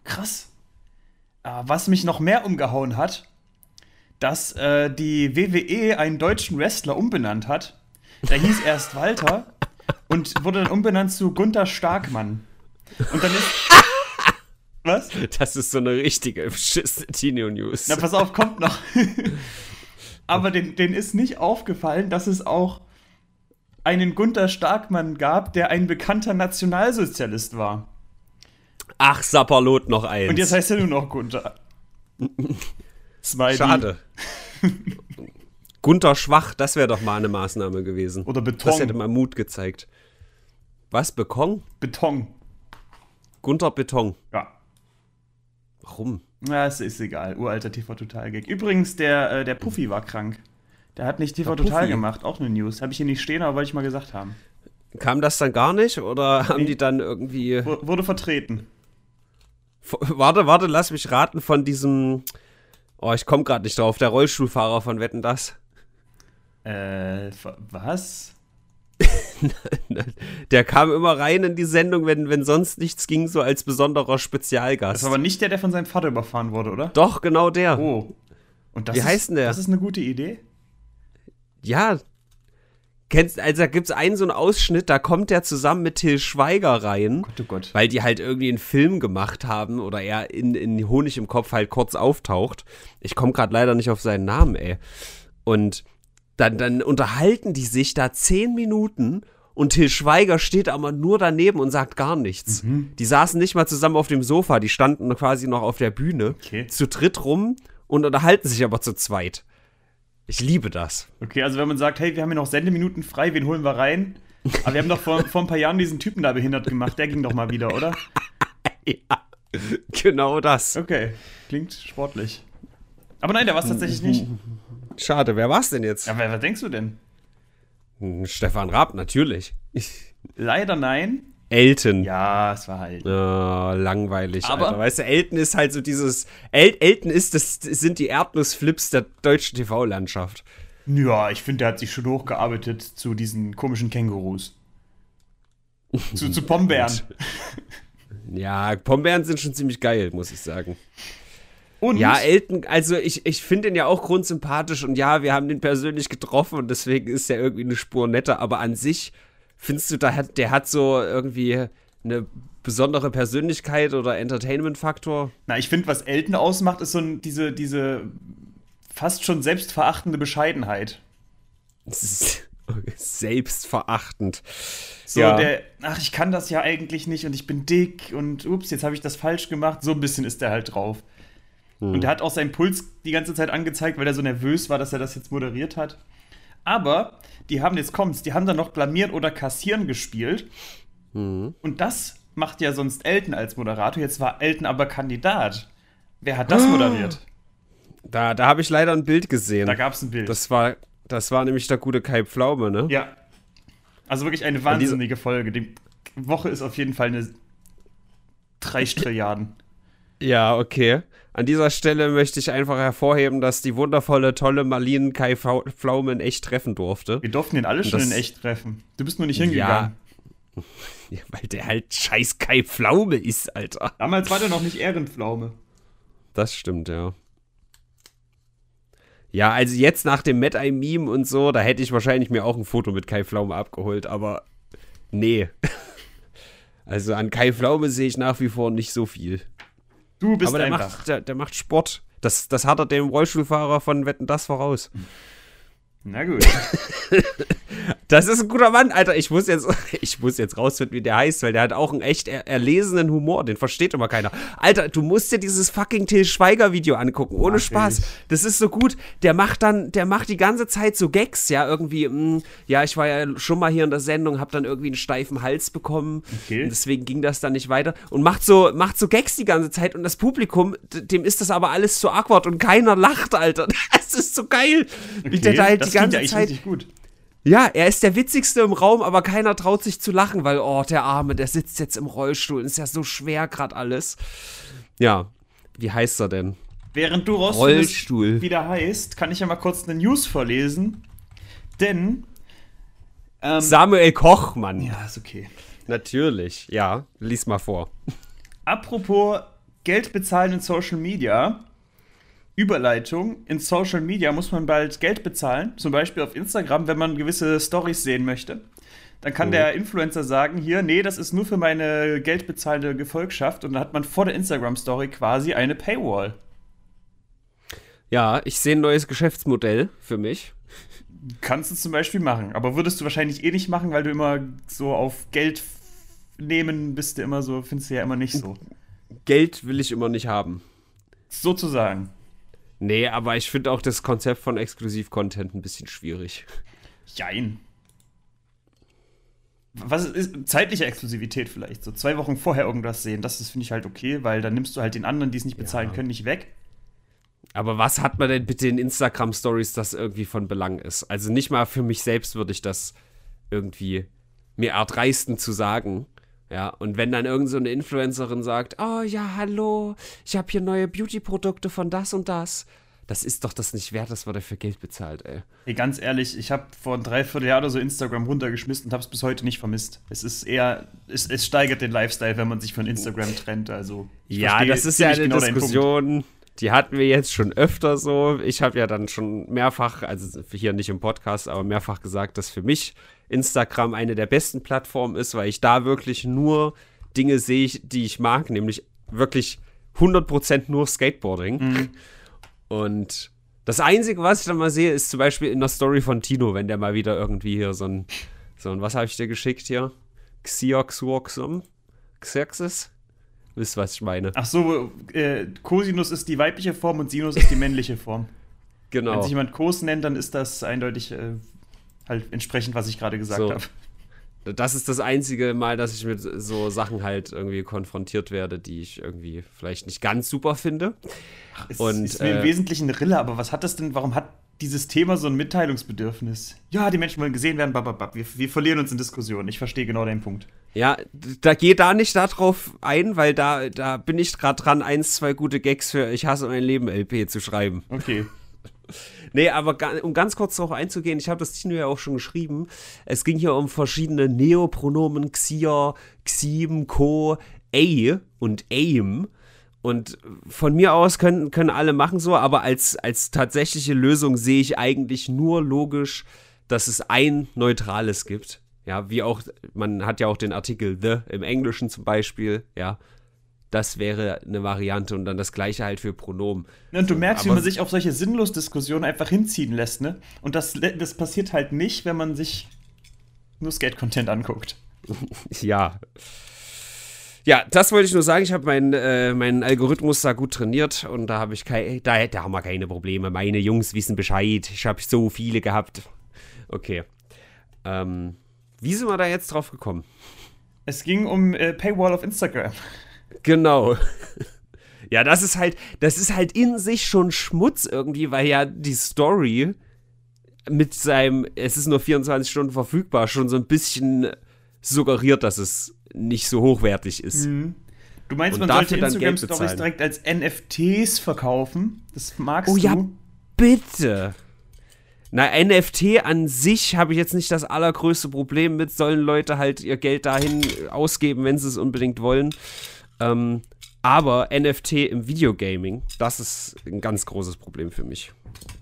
krass. Was mich noch mehr umgehauen hat, dass die WWE einen deutschen Wrestler umbenannt hat. Der hieß erst Walter und wurde dann umbenannt zu Gunther Starkmann. Und dann ist... Was? Das ist so eine richtige beschissene Tino-News. Na, pass auf, kommt noch. Aber denen ist nicht aufgefallen, dass es auch einen Gunther Starkmann gab, der ein bekannter Nationalsozialist war. Ach, Sapperlot noch eins. Und jetzt heißt er nur noch Gunther. Smiley. Schade. Gunther Schwach, das wäre doch mal eine Maßnahme gewesen. Oder Beton. Das hätte mal Mut gezeigt. Was, Beton? Beton. Gunther Beton. Ja. Warum? Na, es ist egal. Uralter TV-Total-Gag. Übrigens, der Puffy war krank. Der hat nicht TV-Total gemacht. Auch eine News. Habe ich hier nicht stehen, aber wollte ich mal gesagt haben. Kam das dann gar nicht? Oder haben die dann irgendwie... Wurde vertreten. Warte, lass mich raten von diesem... Oh, ich komme gerade nicht drauf. Der Rollstuhlfahrer von Wetten, dass? Was? Der kam immer rein in die Sendung, wenn sonst nichts ging, so als besonderer Spezialgast. Das war aber nicht der von seinem Vater überfahren wurde, oder? Doch, genau der. Oh. Und das Wie heißt denn der? Das ist eine gute Idee. Ja. Da gibt's einen so einen Ausschnitt, da kommt der zusammen mit Til Schweiger rein. Oh Gott. Weil die halt irgendwie einen Film gemacht haben oder er in Honig im Kopf halt kurz auftaucht. Ich komme gerade leider nicht auf seinen Namen, ey. Und dann unterhalten die sich da 10 Minuten und Til Schweiger steht aber nur daneben und sagt gar nichts. Mhm. Die saßen nicht mal zusammen auf dem Sofa, die standen quasi noch auf der Bühne, zu dritt rum und unterhalten sich aber zu zweit. Ich liebe das. Okay, also wenn man sagt, hey, wir haben hier noch Sendeminuten frei, wen holen wir rein? Aber wir haben doch vor ein paar Jahren diesen Typen da behindert gemacht, der ging doch mal wieder, oder? Ja, genau das. Okay, klingt sportlich. Aber nein, der war es tatsächlich nicht. Schade, wer war's denn jetzt? Ja, wer denkst du denn? Stefan Raab, natürlich. Leider nein. Elton. Ja, es war halt. Langweilig, aber Alter. Weißt du, Elton ist halt so dieses. Elton sind die Erdnussflips der deutschen TV-Landschaft. Ja, ich finde, der hat sich schon hochgearbeitet zu diesen komischen Kängurus. zu Pombeeren. Ja, Pombeeren sind schon ziemlich geil, muss ich sagen. Und? Ja, Elton, also ich finde den ja auch grundsympathisch und ja, wir haben den persönlich getroffen und deswegen ist er irgendwie eine Spur netter, aber an sich findest du, der hat so irgendwie eine besondere Persönlichkeit oder Entertainment-Faktor? Na, ich finde, was Elton ausmacht, ist so diese fast schon selbstverachtende Bescheidenheit. Selbstverachtend. So, ja. Ich kann das ja eigentlich nicht und ich bin dick und ups, jetzt habe ich das falsch gemacht. So ein bisschen ist der halt drauf. Und der hat auch seinen Puls die ganze Zeit angezeigt, weil er so nervös war, dass er das jetzt moderiert hat. Aber die haben dann noch Blamieren oder Kassieren gespielt. Und das macht ja sonst Elton als Moderator. Jetzt war Elton aber Kandidat. Wer hat das moderiert? Da habe ich leider ein Bild gesehen. Da gab es ein Bild. Das war nämlich der gute Kai Pflaume, ne? Ja. Also wirklich eine wahnsinnige Folge. Die Woche ist auf jeden Fall eine 3 Trilliarden. Ja, okay. An dieser Stelle möchte ich einfach hervorheben, dass die wundervolle, tolle Marlene Kai Pflaume in echt treffen durfte. Wir durften ihn alle schon in echt treffen. Du bist nur nicht hingegangen. Ja, weil der halt scheiß Kai Pflaume ist, Alter. Damals war der noch nicht Ehrenpflaume. Das stimmt, ja. Ja, also jetzt nach dem Mad-Eye-Meme und so, da hätte ich wahrscheinlich mir auch ein Foto mit Kai Pflaume abgeholt, aber nee. Also an Kai Pflaume sehe ich nach wie vor nicht so viel. Du bist aber einfach. Der macht Sport. Das hat er dem Rollstuhlfahrer von Wetten, dass voraus. Na gut. Das ist ein guter Mann, Alter. Ich muss jetzt rausfinden, wie der heißt, weil der hat auch einen echt erlesenen Humor. Den versteht immer keiner. Alter, du musst dir dieses fucking Til Schweiger-Video angucken. Ohne Spaß. Das ist so gut. Der macht die ganze Zeit so Gags, ja, irgendwie, ja, ich war ja schon mal hier in der Sendung, hab dann irgendwie einen steifen Hals bekommen. Okay. Und deswegen ging das dann nicht weiter. Und macht so Gags die ganze Zeit. Und das Publikum, dem ist das aber alles zu awkward und keiner lacht, Alter. Das ist so geil. Wie der da halt die ganze Zeit. Richtig gut. Ja, er ist der Witzigste im Raum, aber keiner traut sich zu lachen, weil, der Arme, der sitzt jetzt im Rollstuhl, ist ja so schwer gerade alles. Ja, wie heißt er denn? Während du rausfindest, wie der heißt, kann ich ja mal kurz eine News vorlesen, denn Samuel Koch, Mann. Ja, ist okay. Natürlich, ja, lies mal vor. Apropos Geld bezahlen in Social Media. Überleitung. In Social Media muss man bald Geld bezahlen. Zum Beispiel auf Instagram, wenn man gewisse Stories sehen möchte. Dann kann der Influencer sagen, hier, nee, das ist nur für meine geldbezahlende Gefolgschaft. Und dann hat man vor der Instagram-Story quasi eine Paywall. Ja, ich sehe ein neues Geschäftsmodell für mich. Kannst du zum Beispiel machen. Aber würdest du wahrscheinlich eh nicht machen, weil du immer so auf Geld nehmen bist, du immer so, findest du ja immer nicht so. Geld will ich immer nicht haben. Sozusagen. Nee, aber ich finde auch das Konzept von Exklusiv-Content ein bisschen schwierig. Jein. Was ist zeitliche Exklusivität vielleicht? So 2 Wochen vorher irgendwas sehen, das finde ich halt okay, weil dann nimmst du halt den anderen, die es nicht bezahlen können, nicht weg. Aber was hat man denn bitte in Instagram-Stories, das irgendwie von Belang ist? Also nicht mal für mich selbst würde ich das irgendwie mir erdreisten zu sagen. Ja, und wenn dann irgend so eine Influencerin sagt, oh ja, hallo, ich habe hier neue Beauty-Produkte von das und das. Das ist doch das nicht wert, dass man dafür Geld bezahlt, ey. Ey, ganz ehrlich, ich habe vor 3/4 Jahr oder so Instagram runtergeschmissen und habe es bis heute nicht vermisst. Es ist eher, es steigert den Lifestyle, wenn man sich von Instagram trennt. Also ja, das ist ja eine genau Diskussion, die hatten wir jetzt schon öfter so. Ich habe ja dann schon mehrfach, also hier nicht im Podcast, aber mehrfach gesagt, dass für mich Instagram eine der besten Plattformen ist, weil ich da wirklich nur Dinge sehe, die ich mag, nämlich wirklich 100% nur Skateboarding. Mhm. Und das Einzige, was ich dann mal sehe, ist zum Beispiel in der Story von Tino, wenn der mal wieder irgendwie hier so ein was habe ich dir geschickt hier? Xerxes? Wisst, was ich meine? Ach so, Cosinus ist die weibliche Form und Sinus ist die männliche Form. Genau. Wenn sich jemand Cos nennt, dann ist das eindeutig halt entsprechend, was ich gerade gesagt habe. Das ist das einzige Mal, dass ich mit so Sachen halt irgendwie konfrontiert werde, die ich irgendwie vielleicht nicht ganz super finde. Ach, ist mir im Wesentlichen eine Rille, aber was hat das denn, warum hat dieses Thema so ein Mitteilungsbedürfnis? Ja, die Menschen wollen gesehen werden, wir verlieren uns in Diskussionen. Ich verstehe genau den Punkt. Ja, geh da nicht darauf ein, weil da bin ich gerade dran, 1, 2 gute Gags für Ich hasse mein Leben LP zu schreiben. Okay. Nee, aber um ganz kurz darauf einzugehen, ich habe das Tino ja auch schon geschrieben, es ging hier um verschiedene Neopronomen, Xier, Xim, Co, Ei und Aim. Und von mir aus können alle machen so, aber als tatsächliche Lösung sehe ich eigentlich nur logisch, dass es ein neutrales gibt. Ja, wie auch, man hat ja auch den Artikel the im Englischen zum Beispiel, ja. Das wäre eine Variante und dann das Gleiche halt für Pronomen. Und du merkst, wie man sich auf solche Sinnlos-Diskussionen einfach hinziehen lässt, ne? Und das passiert halt nicht, wenn man sich nur Skate-Content anguckt. Ja. Ja, das wollte ich nur sagen. Ich habe meinen Algorithmus da gut trainiert und da habe ich da haben wir keine Probleme. Meine Jungs wissen Bescheid. Ich habe so viele gehabt. Okay. Wie sind wir da jetzt drauf gekommen? Es ging um Paywall auf Instagram. Genau. Ja, das ist halt in sich schon Schmutz irgendwie, weil ja die Story mit seinem, es ist nur 24 Stunden verfügbar, schon so ein bisschen suggeriert, dass es nicht so hochwertig ist. Mhm. Du meinst, man sollte Instagram-Stories direkt als NFTs verkaufen? Das magst du? Oh ja, bitte. Na, NFT an sich habe ich jetzt nicht das allergrößte Problem mit, sollen Leute halt ihr Geld dahin ausgeben, wenn sie es unbedingt wollen. Aber NFT im Videogaming, das ist ein ganz großes Problem für mich.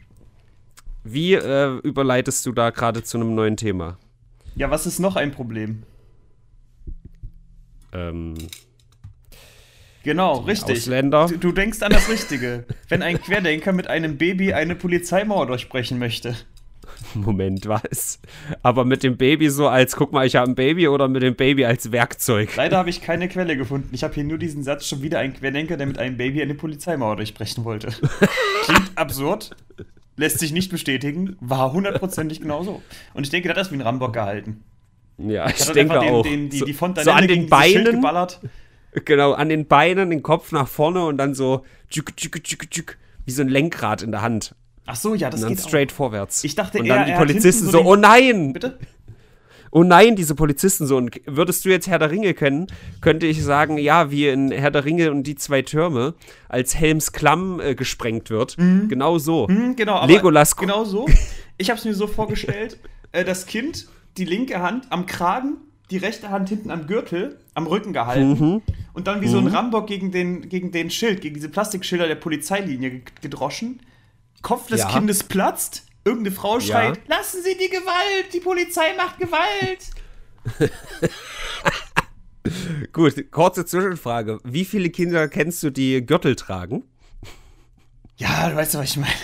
Wie überleitest du da gerade zu einem neuen Thema? Ja, was ist noch ein Problem? Genau, richtig. Ausländer. Du denkst an das Richtige. Wenn ein Querdenker mit einem Baby eine Polizeimauer durchbrechen möchte. Moment, was? Aber mit dem Baby so als, guck mal, ich habe ein Baby oder mit dem Baby als Werkzeug? Leider habe ich keine Quelle gefunden. Ich habe hier nur diesen Satz, schon wieder ein Querdenker, der mit einem Baby eine Polizeimauer durchbrechen wollte. Klingt absurd, lässt sich nicht bestätigen, war 100%ig genau so. Und ich denke, der hat das wie ein Rambock gehalten. Ja, ich denke auch. Die Fontanelle so an den Beinen geballert. Genau, an den Beinen, den Kopf nach vorne und dann so wie so ein Lenkrad in der Hand. Ach so, ja, das geht auch. Und dann straight vorwärts. Ich dachte und dann die Polizisten so, oh nein! Bitte? Oh nein, diese Polizisten so. Und würdest du jetzt Herr der Ringe kennen, könnte ich sagen, ja, wie in Herr der Ringe und die 2 Türme, als Helms Klamm gesprengt wird. Mhm. Genau so. Mhm, genau, aber Legolas. Genau so. Ich habe es mir so vorgestellt, das Kind, die linke Hand am Kragen, die rechte Hand hinten am Gürtel, am Rücken gehalten. Mhm. und dann wie so ein Rambock gegen den Schild, gegen diese Plastikschilder der Polizeilinie gedroschen. Kopf des Kindes platzt, irgendeine Frau schreit, lassen Sie die Gewalt, die Polizei macht Gewalt. Gut, kurze Zwischenfrage. Wie viele Kinder kennst du, die Gürtel tragen? Ja, du weißt doch, was ich meine.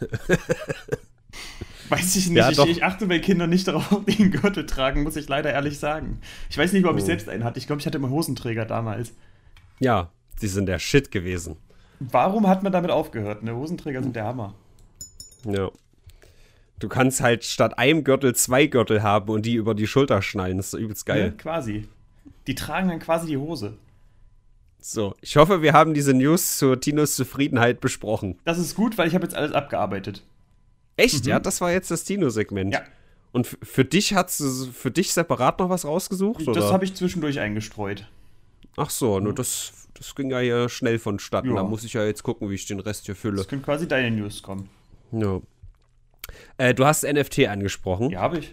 Weiß ich nicht. Ja, ich achte bei Kindern nicht darauf, ob die einen Gürtel tragen, muss ich leider ehrlich sagen. Ich weiß nicht mal, ob ich selbst einen hatte. Ich glaube, ich hatte immer Hosenträger damals. Ja, die sind der Shit gewesen. Warum hat man damit aufgehört? Ne? Hosenträger sind der Hammer. Ja. Du kannst halt statt einem Gürtel 2 Gürtel haben und die über die Schulter schnallen. Das ist übelst geil. Ja, quasi. Die tragen dann quasi die Hose. So, ich hoffe, wir haben diese News zu Tinos Zufriedenheit besprochen. Das ist gut, weil ich habe jetzt alles abgearbeitet. Echt? Ja, das war jetzt das Tino-Segment. Ja. Und für dich hast du für dich separat noch was rausgesucht? Das habe ich zwischendurch eingestreut. Ach so, nur das ging ja hier schnell vonstatten. Ja. Da muss ich ja jetzt gucken, wie ich den Rest hier fülle. Das können quasi deine News kommen. Ja. Du hast NFT angesprochen. Ja, habe ich.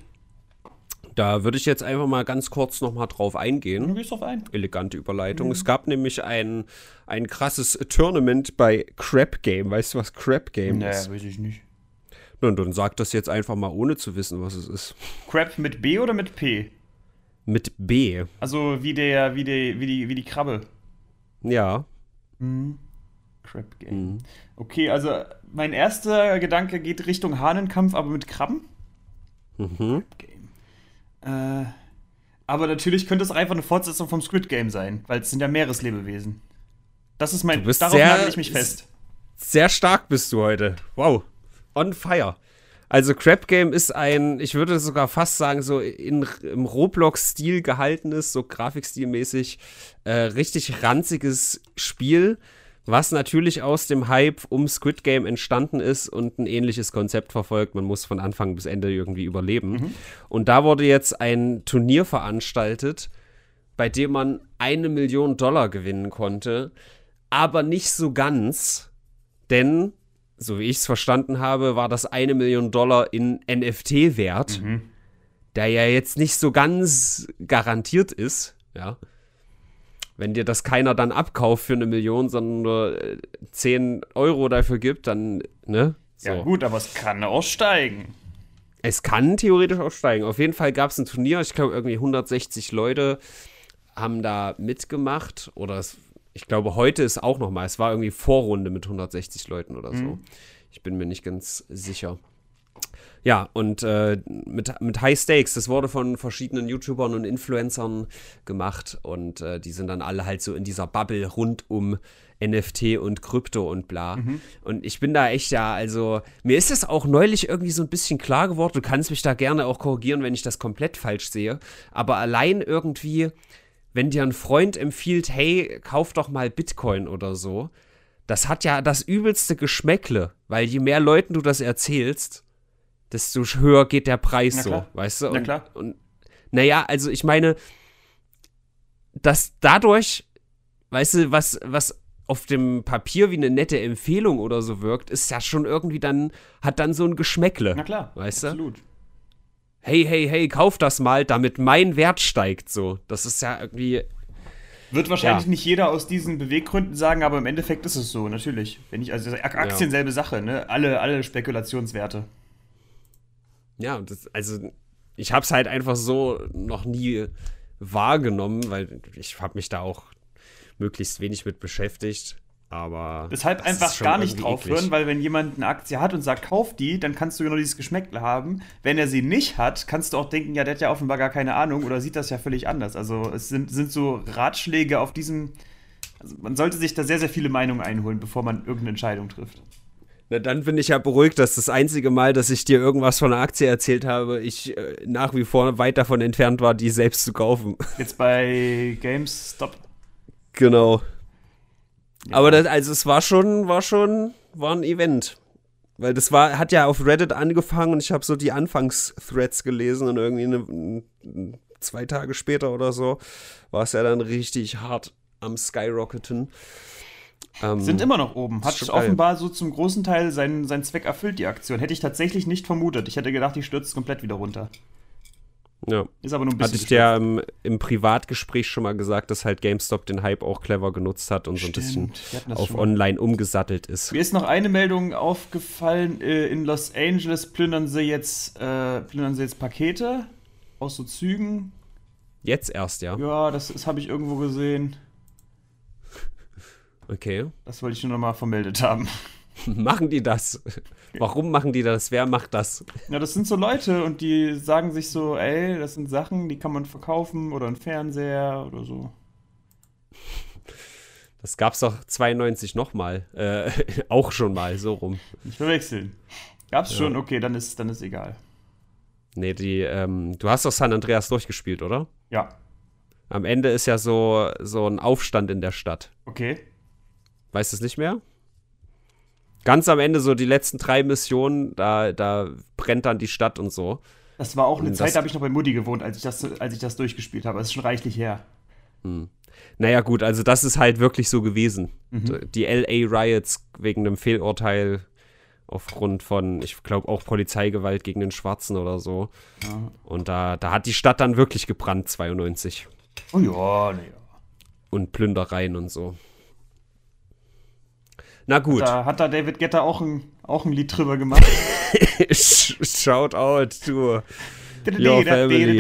Da würde ich jetzt einfach mal ganz kurz noch mal drauf eingehen. Du gehst drauf ein. Elegante Überleitung. Es gab nämlich ein krasses Tournament bei Crap Game. Weißt du, was Crap Game ist? Nee, weiß ich nicht. Nun, dann sag das jetzt einfach mal, ohne zu wissen, was es ist. Crap mit B oder mit P? Mit B. Also wie die Krabbe. Ja. Crap Game. Okay, also mein erster Gedanke geht Richtung Hahnenkampf, aber mit Krabben. Crap Game. Aber natürlich könnte es auch einfach eine Fortsetzung vom Squid Game sein, weil es sind ja Meereslebewesen. Das ist mein. Darauf nagel ich mich fest. Sehr stark bist du heute. Wow. On fire. Also Crap Game ist ein, ich würde sogar fast sagen, so im Roblox-Stil gehaltenes, so grafikstilmäßig, richtig ranziges Spiel, was natürlich aus dem Hype um Squid Game entstanden ist und ein ähnliches Konzept verfolgt. Man muss von Anfang bis Ende irgendwie überleben. Und da wurde jetzt ein Turnier veranstaltet, bei dem man $1 Million gewinnen konnte, aber nicht so ganz, denn so wie ich es verstanden habe, war das $1 Million in NFT wert, der ja jetzt nicht so ganz garantiert ist, ja. Wenn dir das keiner dann abkauft für 1 Million, sondern nur 10 Euro dafür gibt, dann, ne? So. Ja gut, aber es kann auch steigen. Es kann theoretisch auch steigen. Auf jeden Fall gab es ein Turnier, ich glaube irgendwie 160 Leute haben da mitgemacht oder ich glaube, heute ist auch noch mal, es war irgendwie Vorrunde mit 160 Leuten oder so. Ich bin mir nicht ganz sicher. Ja, und mit High Stakes, das wurde von verschiedenen YouTubern und Influencern gemacht und die sind dann alle halt so in dieser Bubble rund um NFT und Krypto und bla. Und ich bin da echt, also mir ist es auch neulich irgendwie so ein bisschen klar geworden, du kannst mich da gerne auch korrigieren, wenn ich das komplett falsch sehe, aber allein irgendwie, wenn dir ein Freund empfiehlt, hey, kauf doch mal Bitcoin oder so, das hat ja das übelste Geschmäckle, weil je mehr Leuten du das erzählst, desto höher geht der Preis so, weißt du? Na klar. Und naja, also ich meine, dass dadurch, weißt du, was auf dem Papier wie eine nette Empfehlung oder so wirkt, ist ja schon irgendwie hat dann so ein Geschmäckle. Na klar, weißt absolut. Du? Hey, kauf das mal, damit mein Wert steigt, so. Das ist ja irgendwie. Wird wahrscheinlich nicht jeder aus diesen Beweggründen sagen, aber im Endeffekt ist es so, natürlich. Also Aktien, selbe Sache, ne? Alle Spekulationswerte. Ja, also ich hab's halt einfach so noch nie wahrgenommen, weil ich habe mich da auch möglichst wenig mit beschäftigt. Aber deshalb einfach gar nicht drauf hören, weil wenn jemand eine Aktie hat und sagt, kauf die, dann kannst du genau dieses Geschmäckle haben. Wenn er sie nicht hat, kannst du auch denken, ja, der hat ja offenbar gar keine Ahnung oder sieht das ja völlig anders. Also es sind so Ratschläge auf diesem, also man sollte sich da sehr, sehr viele Meinungen einholen, bevor man irgendeine Entscheidung trifft. Na, dann bin ich ja beruhigt, dass das einzige Mal, dass ich dir irgendwas von einer Aktie erzählt habe, ich nach wie vor weit davon entfernt war, die selbst zu kaufen. Jetzt bei GameStop. Genau. Ja. Aber es war ein Event. Weil das hat ja auf Reddit angefangen und ich habe so die Anfangsthreads gelesen und irgendwie 2 Tage später oder so war es ja dann richtig hart am Skyrocketen. Sind immer noch oben. Hat offenbar so zum großen Teil seinen Zweck erfüllt, die Aktion. Hätte ich tatsächlich nicht vermutet. Ich hätte gedacht, die stürzt komplett wieder runter. Ja. Ist aber nur ein bisschen. Hatte ich dir im Privatgespräch schon mal gesagt, dass halt GameStop den Hype auch clever genutzt hat und so ein bisschen auf online umgesattelt ist. Mir ist noch eine Meldung aufgefallen. In Los Angeles plündern sie jetzt Pakete aus so Zügen. Jetzt erst, ja? Ja, das habe ich irgendwo gesehen. Okay. Das wollte ich nur noch mal vermeldet haben. Machen die das? Warum machen die das? Wer macht das? Ja, das sind so Leute und die sagen sich so, ey, das sind Sachen, die kann man verkaufen oder ein Fernseher oder so. Das gab's doch 92 nochmal. Auch schon mal, so rum. Nicht verwechseln. Gab's schon, okay, dann ist egal. Nee, du hast doch San Andreas durchgespielt, oder? Ja. Am Ende ist ja so ein Aufstand in der Stadt. Okay. Weißt du es nicht mehr? Ganz am Ende, so die letzten 3 Missionen, da brennt dann die Stadt und so. Das war auch eine Zeit, da habe ich noch bei Mutti gewohnt, als ich das durchgespielt habe. Das ist schon reichlich her. Naja, gut, also das ist halt wirklich so gewesen. Die LA-Riots wegen einem Fehlurteil aufgrund von, ich glaube, auch Polizeigewalt gegen den Schwarzen oder so. Ja. Und da hat die Stadt dann wirklich gebrannt, 92. Oh ja, naja. Und Plündereien und so. Na gut. Hat da David Guetta auch ein Lied drüber gemacht? Shout out to your family.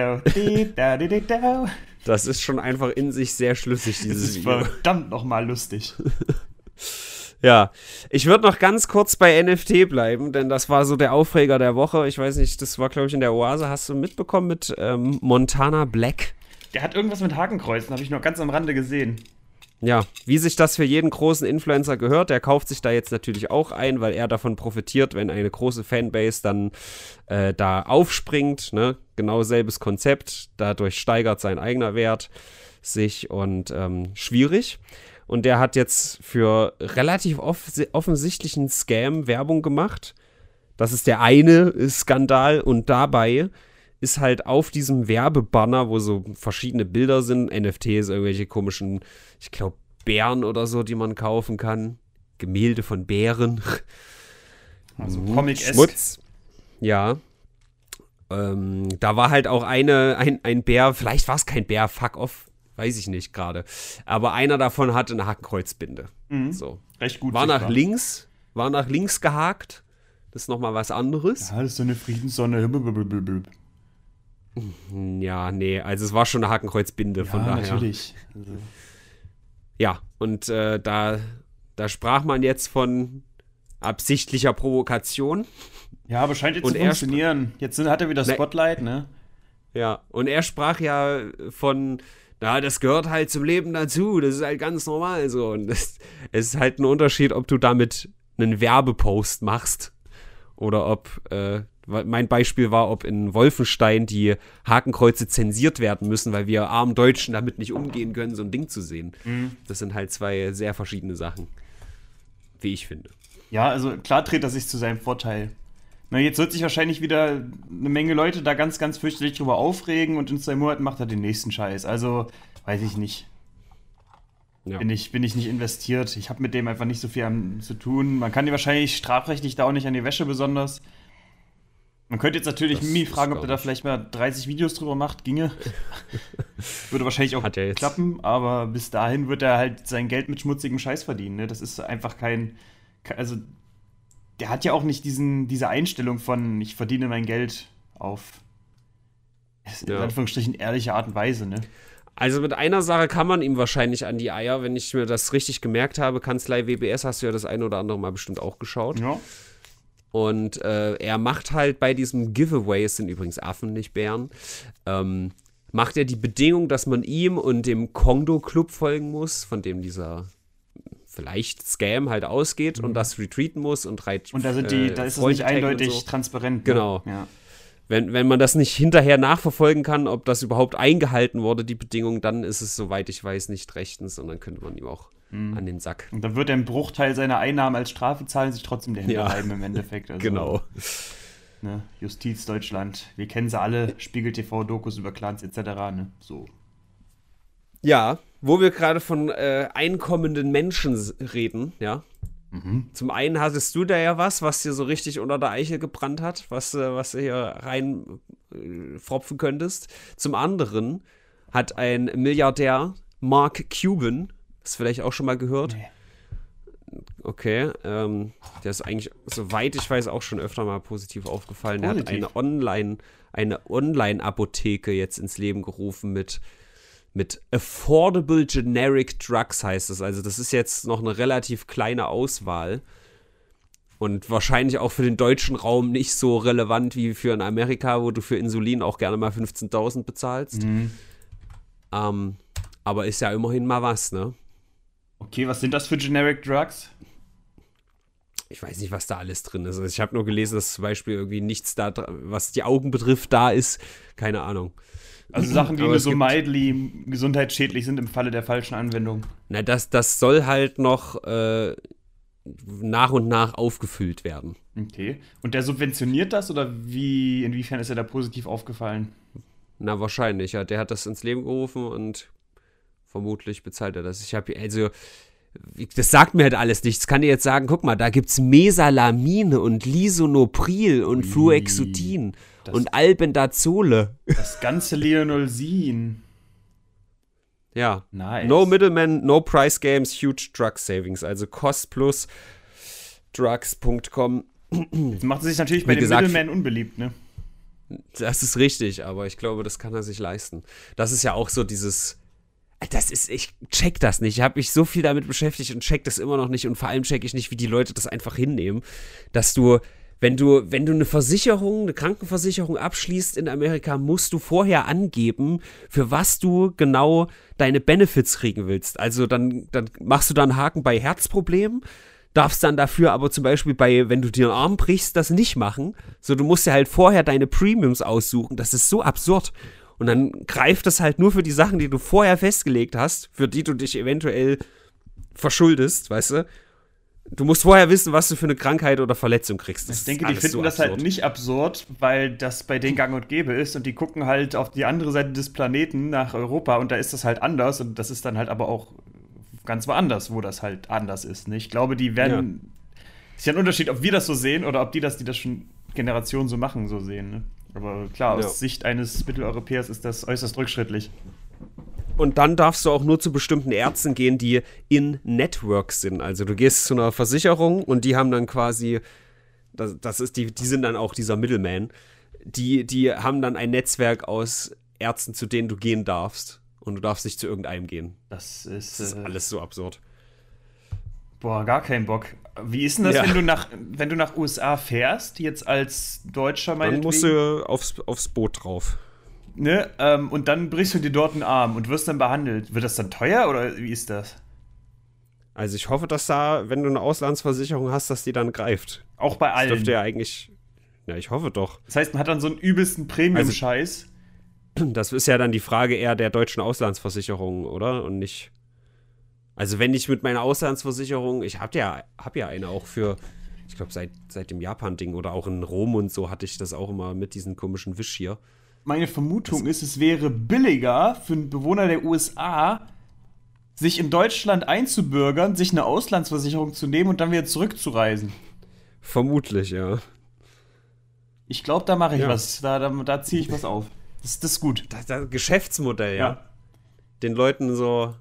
Das ist schon einfach in sich sehr schlüssig, dieses Video. Das ist verdammt nochmal lustig. Ja, ich würde noch ganz kurz bei NFT bleiben, denn das war so der Aufreger der Woche. Ich weiß nicht, das war, glaube ich, in der Oase. Hast du mitbekommen mit Montana Black? Der hat irgendwas mit Hakenkreuzen, habe ich noch ganz am Rande gesehen. Ja, wie sich das für jeden großen Influencer gehört, der kauft sich da jetzt natürlich auch ein, weil er davon profitiert, wenn eine große Fanbase dann da aufspringt, ne? Genau selbes Konzept, dadurch steigert sein eigener Wert sich und schwierig. Und der hat jetzt für relativ offensichtlichen Scam Werbung gemacht. Das ist der eine Skandal und dabei ist halt auf diesem Werbebanner, wo so verschiedene Bilder sind, NFTs, irgendwelche komischen, ich glaube, Bären oder so, die man kaufen kann. Gemälde von Bären. Also Comic-esque. Schmutz. Ja. Da war halt auch ein Bär, vielleicht war es kein Bär, fuck off, weiß ich nicht gerade. Aber einer davon hatte eine Hakenkreuzbinde. So. Recht gut. War nach links gehakt. Das ist nochmal was anderes. Ja, das ist so eine Friedenssonne. Ja, nee, also es war schon eine Hakenkreuzbinde, von daher. Natürlich. Also. Ja, und da sprach man jetzt von absichtlicher Provokation. Ja, aber scheint jetzt und zu funktionieren. Jetzt hat er wieder Spotlight, ne? Ja, und er sprach ja von, das gehört halt zum Leben dazu, das ist halt ganz normal so. Und es ist halt ein Unterschied, ob du damit einen Werbepost machst oder ob, mein Beispiel war, ob in Wolfenstein die Hakenkreuze zensiert werden müssen, weil wir armen Deutschen damit nicht umgehen können, so ein Ding zu sehen. Das sind halt 2 sehr verschiedene Sachen, wie ich finde. Ja, also klar dreht er sich zu seinem Vorteil. Na, jetzt wird sich wahrscheinlich wieder eine Menge Leute da ganz, ganz fürchterlich drüber aufregen und in 2 Monaten macht er den nächsten Scheiß. Also, weiß ich nicht. Ja. Bin ich nicht investiert. Ich habe mit dem einfach nicht so viel zu tun. Man kann die wahrscheinlich strafrechtlich da auch nicht an die Wäsche besonders. Man könnte jetzt natürlich Mimi fragen, ob der da vielleicht mal 30 Videos drüber macht. Ginge. Würde wahrscheinlich auch klappen, aber bis dahin wird er halt sein Geld mit schmutzigem Scheiß verdienen. Ne? Das ist einfach also der hat ja auch nicht diese Einstellung von, ich verdiene mein Geld auf, in Anführungsstrichen, ehrliche Art und Weise, ne? Also mit einer Sache kann man ihm wahrscheinlich an die Eier, wenn ich mir das richtig gemerkt habe. Kanzlei WBS hast du ja das eine oder andere Mal bestimmt auch geschaut. Ja. Und er macht halt bei diesem Giveaway, es sind übrigens Affen, nicht Bären, macht er die Bedingung, dass man ihm und dem Kondo-Club folgen muss, von dem dieser vielleicht Scam halt ausgeht und das retweeten muss und da ist das nicht eindeutig so transparent. Genau. Ja. Wenn man das nicht hinterher nachverfolgen kann, ob das überhaupt eingehalten wurde, die Bedingung, dann ist es, soweit ich weiß, nicht rechtens und dann könnte man ihm auch an den Sack. Und dann wird er einen Bruchteil seiner Einnahmen als Strafe zahlen, sich trotzdem dahinter bleiben im Endeffekt. Also, genau. Ne, Justiz Deutschland, wir kennen sie alle, Spiegel TV, Dokus über Clans etc. Ne? So. Ja, wo wir gerade von einkommenden Menschen reden, ja, Zum einen hattest du da ja was dir so richtig unter der Eichel gebrannt hat, was du hier rein fropfen könntest. Zum anderen hat ein Milliardär, Mark Cuban, das vielleicht auch schon mal gehört. Nee. Okay, der ist eigentlich, soweit ich weiß, auch schon öfter mal positiv aufgefallen. Er hat eine Online-Apotheke jetzt ins Leben gerufen mit Affordable Generic Drugs heißt es. Also das ist jetzt noch eine relativ kleine Auswahl und wahrscheinlich auch für den deutschen Raum nicht so relevant wie für in Amerika, wo du für Insulin auch gerne mal 15.000 bezahlst. Aber ist ja immerhin mal was, ne? Okay, was sind das für Generic Drugs? Ich weiß nicht, was da alles drin ist. Also ich habe nur gelesen, dass zum Beispiel irgendwie nichts da, was die Augen betrifft, da ist. Keine Ahnung. Also Sachen, die nur so mildly gesundheitsschädlich sind im Falle der falschen Anwendung. Na, das soll halt noch nach und nach aufgefüllt werden. Okay. Und der subventioniert das oder inwiefern ist er da positiv aufgefallen? Na, wahrscheinlich, ja. Der hat das ins Leben gerufen und vermutlich bezahlt er das. Das sagt mir halt alles nichts. Kann dir jetzt sagen, guck mal, da gibt's Mesalamine und Lisonopril und Fluexetin und Albendazole. Das ganze Leonolsin. Ja. Nice. No middleman, no price games, huge drug savings. Also costplusdrugs.com. Jetzt macht es sich natürlich bei den Middleman unbeliebt, ne? Das ist richtig, aber ich glaube, das kann er sich leisten. Das ist ja auch so dieses... ich check das nicht. Ich habe mich so viel damit beschäftigt und check das immer noch nicht. Und vor allem check ich nicht, wie die Leute das einfach hinnehmen, dass du, wenn du eine Krankenversicherung abschließt in Amerika, musst du vorher angeben, für was du genau deine Benefits kriegen willst. Also dann machst du da einen Haken bei Herzproblemen, darfst dann dafür aber zum Beispiel wenn du dir einen Arm brichst, das nicht machen. So, du musst ja halt vorher deine Premiums aussuchen. Das ist so absurd. Und dann greift das halt nur für die Sachen, die du vorher festgelegt hast, für die du dich eventuell verschuldest, weißt du? Du musst vorher wissen, was du für eine Krankheit oder Verletzung kriegst. Ich denke, die finden das halt nicht absurd, weil das bei denen gang und gäbe ist und die gucken halt auf die andere Seite des Planeten nach Europa und da ist das halt anders und das ist dann halt aber auch ganz woanders, wo das halt anders ist. Ne? Ich glaube, die werden. Ja. Ist ja ein Unterschied, ob wir das so sehen oder ob die das schon Generationen so machen, so sehen. Ne? Aber klar, aus Sicht eines Mitteleuropäers ist das äußerst rückschrittlich. Und dann darfst du auch nur zu bestimmten Ärzten gehen, die in Network sind. Also du gehst zu einer Versicherung und die haben dann quasi, die sind dann auch dieser Middleman, die haben dann ein Netzwerk aus Ärzten, zu denen du gehen darfst. Und du darfst nicht zu irgendeinem gehen. Das ist alles so absurd. Boah, gar keinen Bock. Wie ist denn das, wenn du nach USA fährst, jetzt als Deutscher meinetwegen? Dann musst du aufs Boot drauf. Ne? Und dann brichst du dir dort einen Arm und wirst dann behandelt. Wird das dann teuer oder wie ist das? Also ich hoffe, dass da, wenn du eine Auslandsversicherung hast, dass die dann greift. Auch bei allen? Das dürfte ja eigentlich... Ja, ich hoffe doch. Das heißt, man hat dann so einen übelsten Premium-Scheiß. Das ist ja dann die Frage eher der deutschen Auslandsversicherung, oder? Und nicht... Also wenn ich mit meiner Auslandsversicherung... Ich hab ja eine auch für... Ich glaube, seit dem Japan-Ding oder auch in Rom und so hatte ich das auch immer mit diesen komischen Wisch hier. Meine Vermutung ist, es wäre billiger für einen Bewohner der USA, sich in Deutschland einzubürgern, sich eine Auslandsversicherung zu nehmen und dann wieder zurückzureisen. Vermutlich, ja. Ich glaube, da mache ich was. Da ziehe ich was auf. Das ist gut. Das Geschäftsmodell, ja. Den Leuten so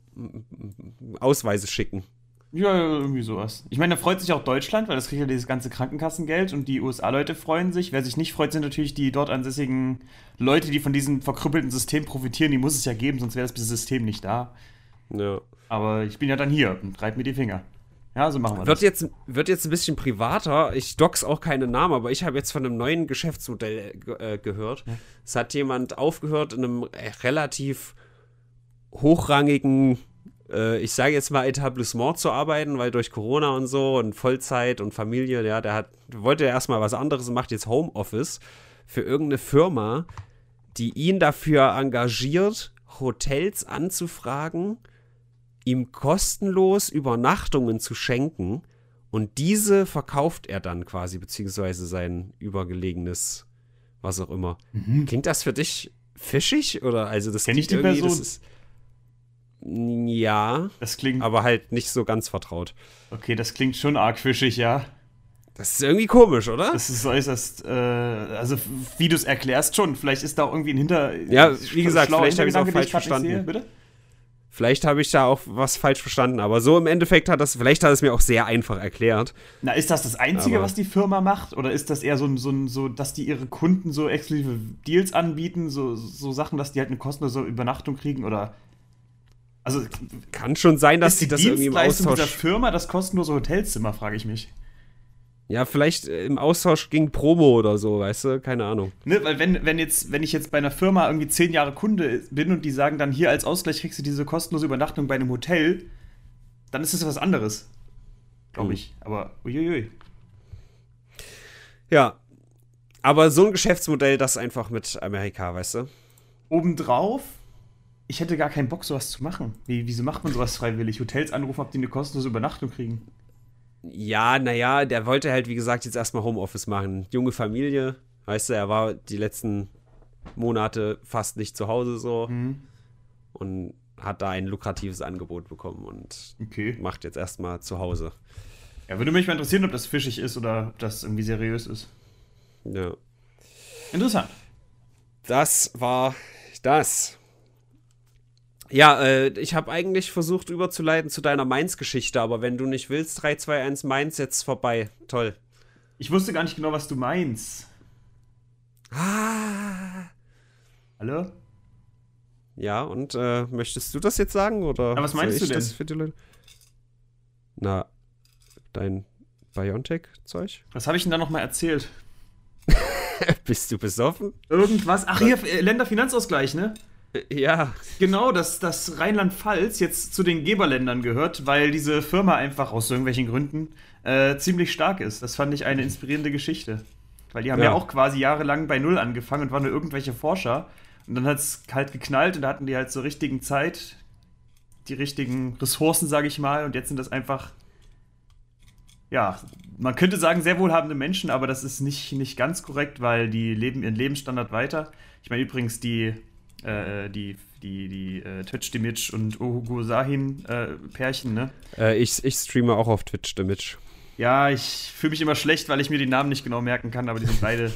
Ausweise schicken. Ja, irgendwie sowas. Ich meine, da freut sich auch Deutschland, weil das kriegt ja dieses ganze Krankenkassengeld und die USA-Leute freuen sich. Wer sich nicht freut, sind natürlich die dort ansässigen Leute, die von diesem verkrüppelten System profitieren. Die muss es ja geben, sonst wäre das System nicht da. Ja. Aber ich bin ja dann hier und reibe mir die Finger. Ja, so machen wir das. Wird jetzt ein bisschen privater. Ich dox auch keinen Namen, aber ich habe jetzt von einem neuen Geschäftsmodell gehört. Ja. Es hat jemand aufgehört, in einem relativ hochrangigen ich sage jetzt mal Etablissement zu arbeiten, weil durch Corona und so und Vollzeit und Familie, ja, wollte ja erstmal was anderes und macht jetzt Homeoffice für irgendeine Firma, die ihn dafür engagiert, Hotels anzufragen, ihm kostenlos Übernachtungen zu schenken und diese verkauft er dann quasi, beziehungsweise sein übergelegenes, was auch immer. Klingt das für dich fischig? Oder also das kenn ich die Person? Ja, Das klingt, aber halt nicht so ganz vertraut. okay, das klingt schon arg fischig, ja. Das ist irgendwie komisch, oder? Das ist äußerst, also wie du es erklärst schon, vielleicht ist da auch irgendwie ein Ja, wie gesagt, schlauer vielleicht habe ich es auch Hintergedanke, den falsch ich grad nicht verstanden. sehe. Bitte? Vielleicht habe ich da auch was falsch verstanden, aber so im Endeffekt vielleicht hat es mir auch sehr einfach erklärt. Na, ist das Einzige, Aber- was die Firma macht? Oder ist das eher so, dass die ihre Kunden so exklusive Deals anbieten, so Sachen, dass die halt eine kostenlose Übernachtung kriegen? Oder, also, Kann schon sein, dass ist sie die das irgendwie im Dienstleistung dieser Austausch. Firma das kostenlose Hotelzimmer, frage ich mich. Ja, vielleicht im Austausch gegen Promo oder so, weißt du? Keine Ahnung. Ne, weil wenn ich jetzt bei einer Firma irgendwie 10 Jahre Kunde bin und die sagen dann, hier als Ausgleich kriegst du diese kostenlose Übernachtung bei einem Hotel, dann ist das was anderes. Glaube ich. Aber uiuiui. Ja. Aber so ein Geschäftsmodell, das einfach mit Amerika, weißt du? Obendrauf, ich hätte gar keinen Bock, sowas zu machen. Wieso macht man sowas freiwillig? Hotels anrufen, ob die eine kostenlose Übernachtung kriegen. Ja, naja, der wollte halt, wie gesagt, jetzt erstmal Homeoffice machen. Junge Familie, weißt du, er war die letzten Monate fast nicht zu Hause so und hat da ein lukratives Angebot bekommen und Okay. macht jetzt erstmal zu Hause. Ja, würde mich mal interessieren, ob das fischig ist oder ob das irgendwie seriös ist. Ja. Interessant. Das war das. Ja, ich habe eigentlich versucht überzuleiten zu deiner Mainz-Geschichte, aber wenn du nicht willst, 3, 2, 1 Mainz, jetzt vorbei. Toll. Ich wusste gar nicht genau, was du meinst. Ah. Hallo? Ja, und möchtest du das jetzt sagen? Oder Aber was meinst soll du ich denn? das für die Leute? Na, dein Biontech-Zeug? Was habe ich denn da nochmal erzählt? Bist du besoffen? Irgendwas? Ach, hier, Länderfinanzausgleich, ne? Ja. Genau, dass Rheinland-Pfalz jetzt zu den Geberländern gehört, weil diese Firma einfach aus irgendwelchen Gründen ziemlich stark ist. Das fand ich eine inspirierende Geschichte. Weil die haben ja Ja. auch quasi jahrelang bei Null angefangen und waren nur irgendwelche Forscher. Und dann hat es halt geknallt und da hatten die halt zur richtigen Zeit die richtigen Ressourcen, sage ich mal. Und jetzt sind das einfach, ja, man könnte sagen, sehr wohlhabende Menschen, aber das ist nicht ganz korrekt, weil die leben ihren Lebensstandard weiter. Ich meine übrigens, die Twitch-Dimitsch und Ohugo Sahin Pärchen, ne? Ich streame auch auf Twitch, der Mitch. Ja, ich fühle mich immer schlecht, weil ich mir die Namen nicht genau merken kann, aber die sind beide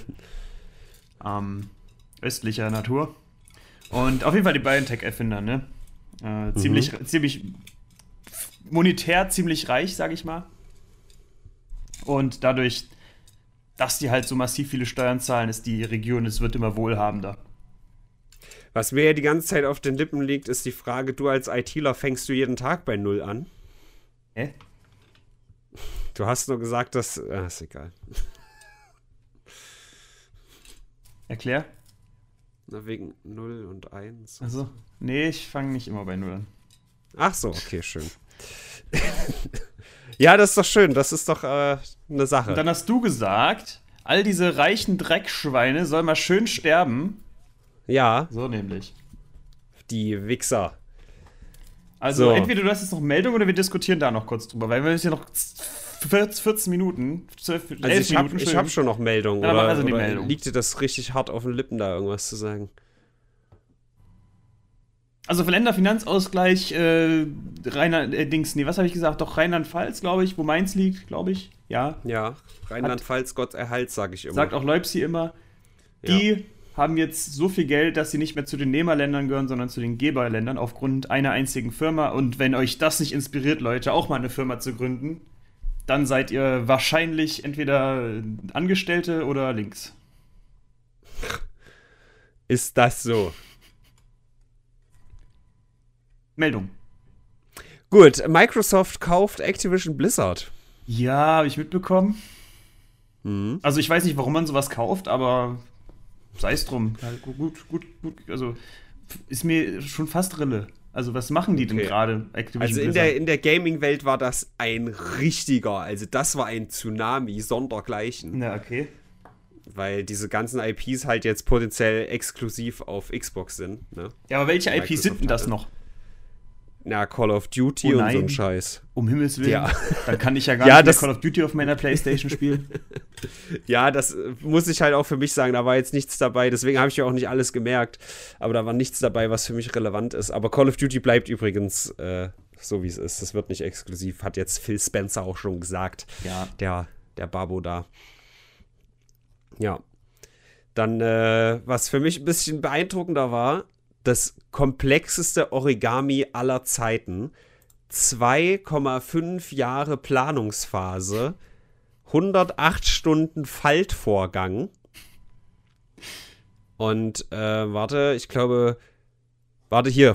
östlicher Natur. Und auf jeden Fall die BioNTech-Erfinder, ne? Ziemlich monetär ziemlich reich, sag ich mal. Und dadurch, dass die halt so massiv viele Steuern zahlen, ist die Region, es wird immer wohlhabender. Was mir ja die ganze Zeit auf den Lippen liegt, ist die Frage, du als ITler fängst du jeden Tag bei Null an? Hä? Du hast nur gesagt, dass... ist egal. Erklär? Na, wegen 0 und 1. Also, nee, ich fange nicht immer bei Null an. Ach so, okay, schön. Ja, das ist doch schön. Das ist doch eine Sache. Und dann hast du gesagt, all diese reichen Dreckschweine sollen mal schön sterben. Ja, So nämlich. die Wichser. Also So. entweder du hast jetzt noch Meldung oder wir diskutieren da noch kurz drüber, weil wir jetzt hier noch 14 Minuten, 11 Also ich Minuten ich hab schon noch Meldungen. Ja, mach Oder, also die oder Meldung. liegt dir das richtig hart auf den Lippen, da irgendwas zu sagen? Also für Länderfinanzausgleich, was habe ich gesagt? Doch Rheinland-Pfalz, glaube ich, wo Mainz liegt, glaube ich. Ja. Ja, Rheinland-Pfalz, Gott erhalt, sage ich immer. Sagt auch Leipzig immer. Die haben jetzt so viel Geld, dass sie nicht mehr zu den Nehmerländern gehören, sondern zu den Geberländern aufgrund einer einzigen Firma. Und wenn euch das nicht inspiriert, Leute, auch mal eine Firma zu gründen, dann seid ihr wahrscheinlich entweder Angestellte oder links. Ist das so? Meldung. Gut, Microsoft kauft Activision Blizzard. Ja, habe ich mitbekommen. Also ich weiß nicht, warum man sowas kauft, aber sei es drum. Ja, gut. Also ist mir schon fast Rille. Also was machen die denn Okay. gerade, Activision Also Blizzard? in der Gaming-Welt war das ein richtiger, also das war ein Tsunami sondergleichen. Ja, okay. Weil diese ganzen IPs halt jetzt potenziell exklusiv auf Xbox sind. Ne? Ja, aber welche IPs sind denn das hatte. noch? Na, Call of Duty und so ein Scheiß. Um Himmels Willen. Ja. Dann kann ich ja gar nicht mehr Call of Duty auf meiner Playstation spielen. Ja, das muss ich halt auch für mich sagen. Da war jetzt nichts dabei. Deswegen habe ich ja auch nicht alles gemerkt. Aber da war nichts dabei, was für mich relevant ist. Aber Call of Duty bleibt übrigens so, wie es ist. Das wird nicht exklusiv. Hat jetzt Phil Spencer auch schon gesagt. Ja. Der Babo da. Ja. Dann, was für mich ein bisschen beeindruckender war, das komplexeste Origami aller Zeiten. 2,5 Jahre Planungsphase, 108 Stunden Faltvorgang und ich glaube, hier,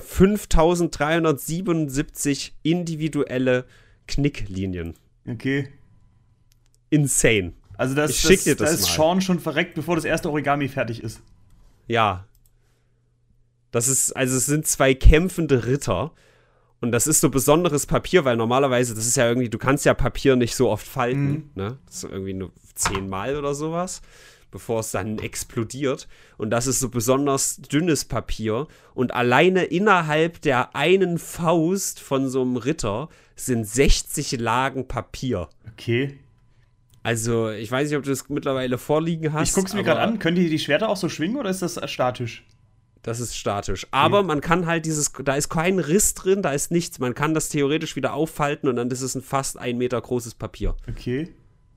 5377 individuelle Knicklinien. Okay. Insane. Also da ist Sean schon verreckt, bevor das erste Origami fertig ist. Ja. Es sind zwei kämpfende Ritter. Und das ist so besonderes Papier, weil normalerweise, das ist ja irgendwie, du kannst ja Papier nicht so oft falten, ne? Das ist irgendwie nur 10-mal oder sowas, bevor es dann explodiert. Und das ist so besonders dünnes Papier. Und alleine innerhalb der einen Faust von so einem Ritter sind 60 Lagen Papier. Okay. Also, ich weiß nicht, ob du das mittlerweile vorliegen hast. Ich guck's mir gerade an. Können die Schwerter auch so schwingen oder ist das statisch? Das ist statisch. Aber man kann halt da ist kein Riss drin, da ist nichts. Man kann das theoretisch wieder auffalten und dann ist es ein fast 1 Meter großes Papier. Okay.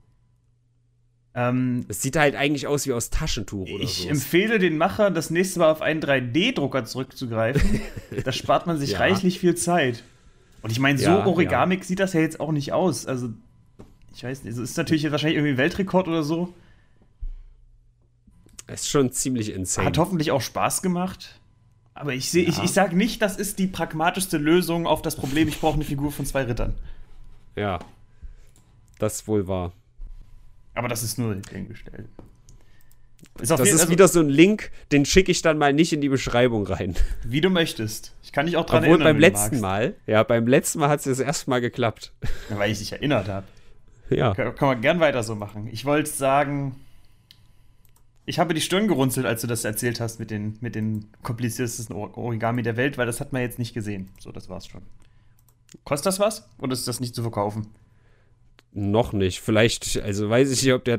Es sieht halt eigentlich aus wie aus Taschentuch oder so. Ich empfehle den Machern, das nächste Mal auf einen 3D-Drucker zurückzugreifen. Da spart man sich reichlich viel Zeit. Und ich meine, so origamig sieht das ja jetzt auch nicht aus. Also, ich weiß nicht, es ist natürlich wahrscheinlich irgendwie ein Weltrekord oder so. Es ist schon ziemlich insane. Hat hoffentlich auch Spaß gemacht. Aber ich sag nicht, das ist die pragmatischste Lösung auf das Problem, ich brauche eine Figur von 2 Rittern. Ja, das wohl wahr. Aber das ist nur dahingestellt. Das ist wieder so ein Link, den schicke ich dann mal nicht in die Beschreibung rein. Wie du möchtest. Ich kann dich auch dran erinnern, beim letzten Mal hat es das erste Mal geklappt. Ja, weil ich dich erinnert habe. Ja. Kann man gern weiter so machen. Ich wollte sagen, ich habe die Stirn gerunzelt, als du das erzählt hast mit den kompliziertesten Origami der Welt, weil das hat man jetzt nicht gesehen. So, das war's schon. Kostet das was? Oder ist das nicht zu verkaufen? Noch nicht. Vielleicht, also weiß ich nicht, ob der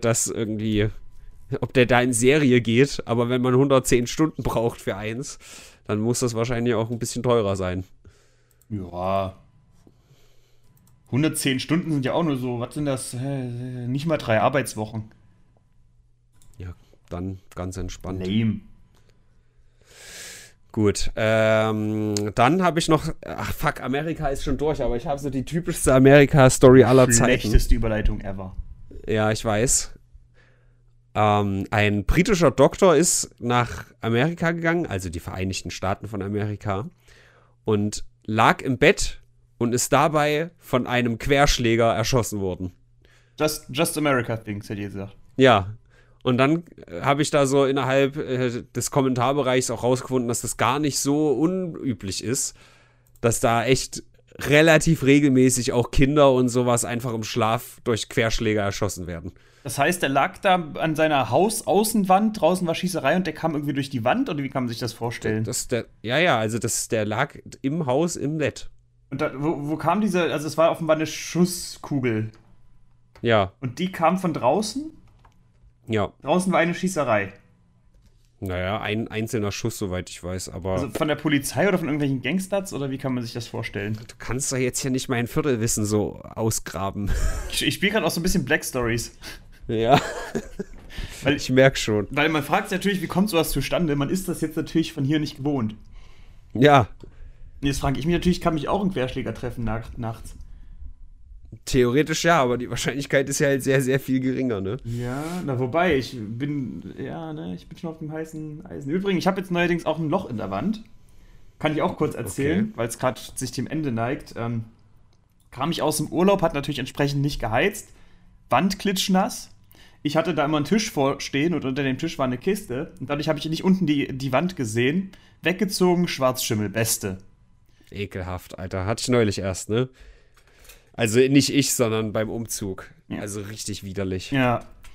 da in Serie geht, aber wenn man 110 Stunden braucht für eins, dann muss das wahrscheinlich auch ein bisschen teurer sein. Ja. 110 Stunden sind ja auch nur so, was sind das? Nicht mal 3 Arbeitswochen. Ja, dann ganz entspannt. Lame. Gut, dann habe ich noch, Amerika ist schon durch, aber ich habe so die typischste Amerika-Story aller Zeiten. Schlechteste Überleitung ever. Ja, ich weiß. Ein britischer Doktor ist nach Amerika gegangen, also die Vereinigten Staaten von Amerika, und lag im Bett und ist dabei von einem Querschläger erschossen worden. Just America Things, hätte ich gesagt. Ja. Und dann habe ich da so innerhalb des Kommentarbereichs auch rausgefunden, dass das gar nicht so unüblich ist, dass da echt relativ regelmäßig auch Kinder und sowas einfach im Schlaf durch Querschläger erschossen werden. Das heißt, er lag da an seiner Hausaußenwand, draußen war Schießerei und der kam irgendwie durch die Wand, oder wie kann man sich das vorstellen? Der lag im Haus im Bett. Und da, wo kam also es war offenbar eine Schusskugel. Ja. Und die kam von draußen? Ja. Draußen war eine Schießerei. Naja, ein einzelner Schuss, soweit ich weiß, aber... Also von der Polizei oder von irgendwelchen Gangsters, oder wie kann man sich das vorstellen? Du kannst doch jetzt hier nicht mein Viertelwissen so ausgraben. Ich spiele gerade auch so ein bisschen Black Stories. Ja. Weil ich merke schon. Weil man fragt sich natürlich, wie kommt sowas zustande? Man ist das jetzt natürlich von hier nicht gewohnt. Ja. Jetzt frage ich mich natürlich, kann mich auch ein Querschläger treffen nachts? Theoretisch ja, aber die Wahrscheinlichkeit ist ja halt sehr, sehr viel geringer, ne? Ja, na wobei, ich bin schon auf dem heißen Eisen. Übrigens, ich habe jetzt neuerdings auch ein Loch in der Wand. Kann ich auch kurz erzählen, okay, weil es gerade sich dem Ende neigt. Kam ich aus dem Urlaub, hat natürlich entsprechend nicht geheizt. Wand klitschnass. Ich hatte da immer einen Tisch vorstehen und unter dem Tisch war eine Kiste. Und dadurch habe ich nicht unten die Wand gesehen. Weggezogen, Schwarzschimmel, beste. Ekelhaft, Alter. Hatte ich neulich erst, ne? Also nicht ich, sondern beim Umzug. Ja. Also richtig widerlich. Ja.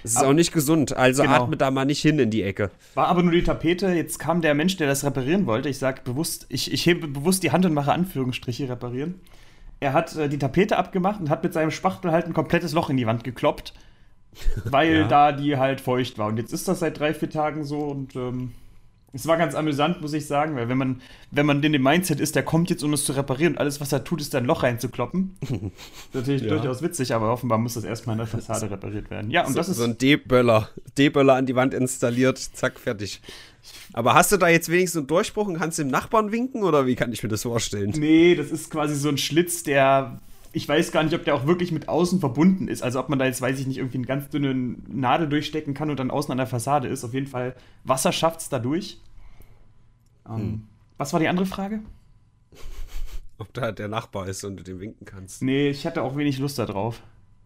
Es ist auch nicht gesund, also genau. atmet da mal nicht hin in die Ecke. War aber nur die Tapete, jetzt kam der Mensch, der das reparieren wollte. Ich sag bewusst, ich hebe bewusst die Hand und mache Anführungsstriche reparieren. Er hat die Tapete abgemacht und hat mit seinem Spachtel halt ein komplettes Loch in die Wand gekloppt, weil da die halt feucht war. Und jetzt ist das seit 3-4 Tagen so und es war ganz amüsant, muss ich sagen, weil wenn man in dem Mindset ist, der kommt jetzt, um es zu reparieren und alles, was er tut, ist ein Loch reinzukloppen. Das ist natürlich durchaus witzig, aber offenbar muss das erstmal in der Fassade repariert werden. Ja, und das ist so ein D-Böller an die Wand installiert, zack, fertig. Aber hast du da jetzt wenigstens einen Durchbruch und kannst dem Nachbarn winken oder wie kann ich mir das vorstellen? Nee, das ist quasi so ein Schlitz, der, ich weiß gar nicht, ob der auch wirklich mit außen verbunden ist. Also ob man da jetzt, weiß ich nicht, irgendwie eine ganz dünne Nadel durchstecken kann und dann außen an der Fassade ist. Auf jeden Fall, Wasser schafft's da durch. Was war die andere Frage? Ob da der Nachbar ist und du dem winken kannst. Nee, ich hatte auch wenig Lust da drauf.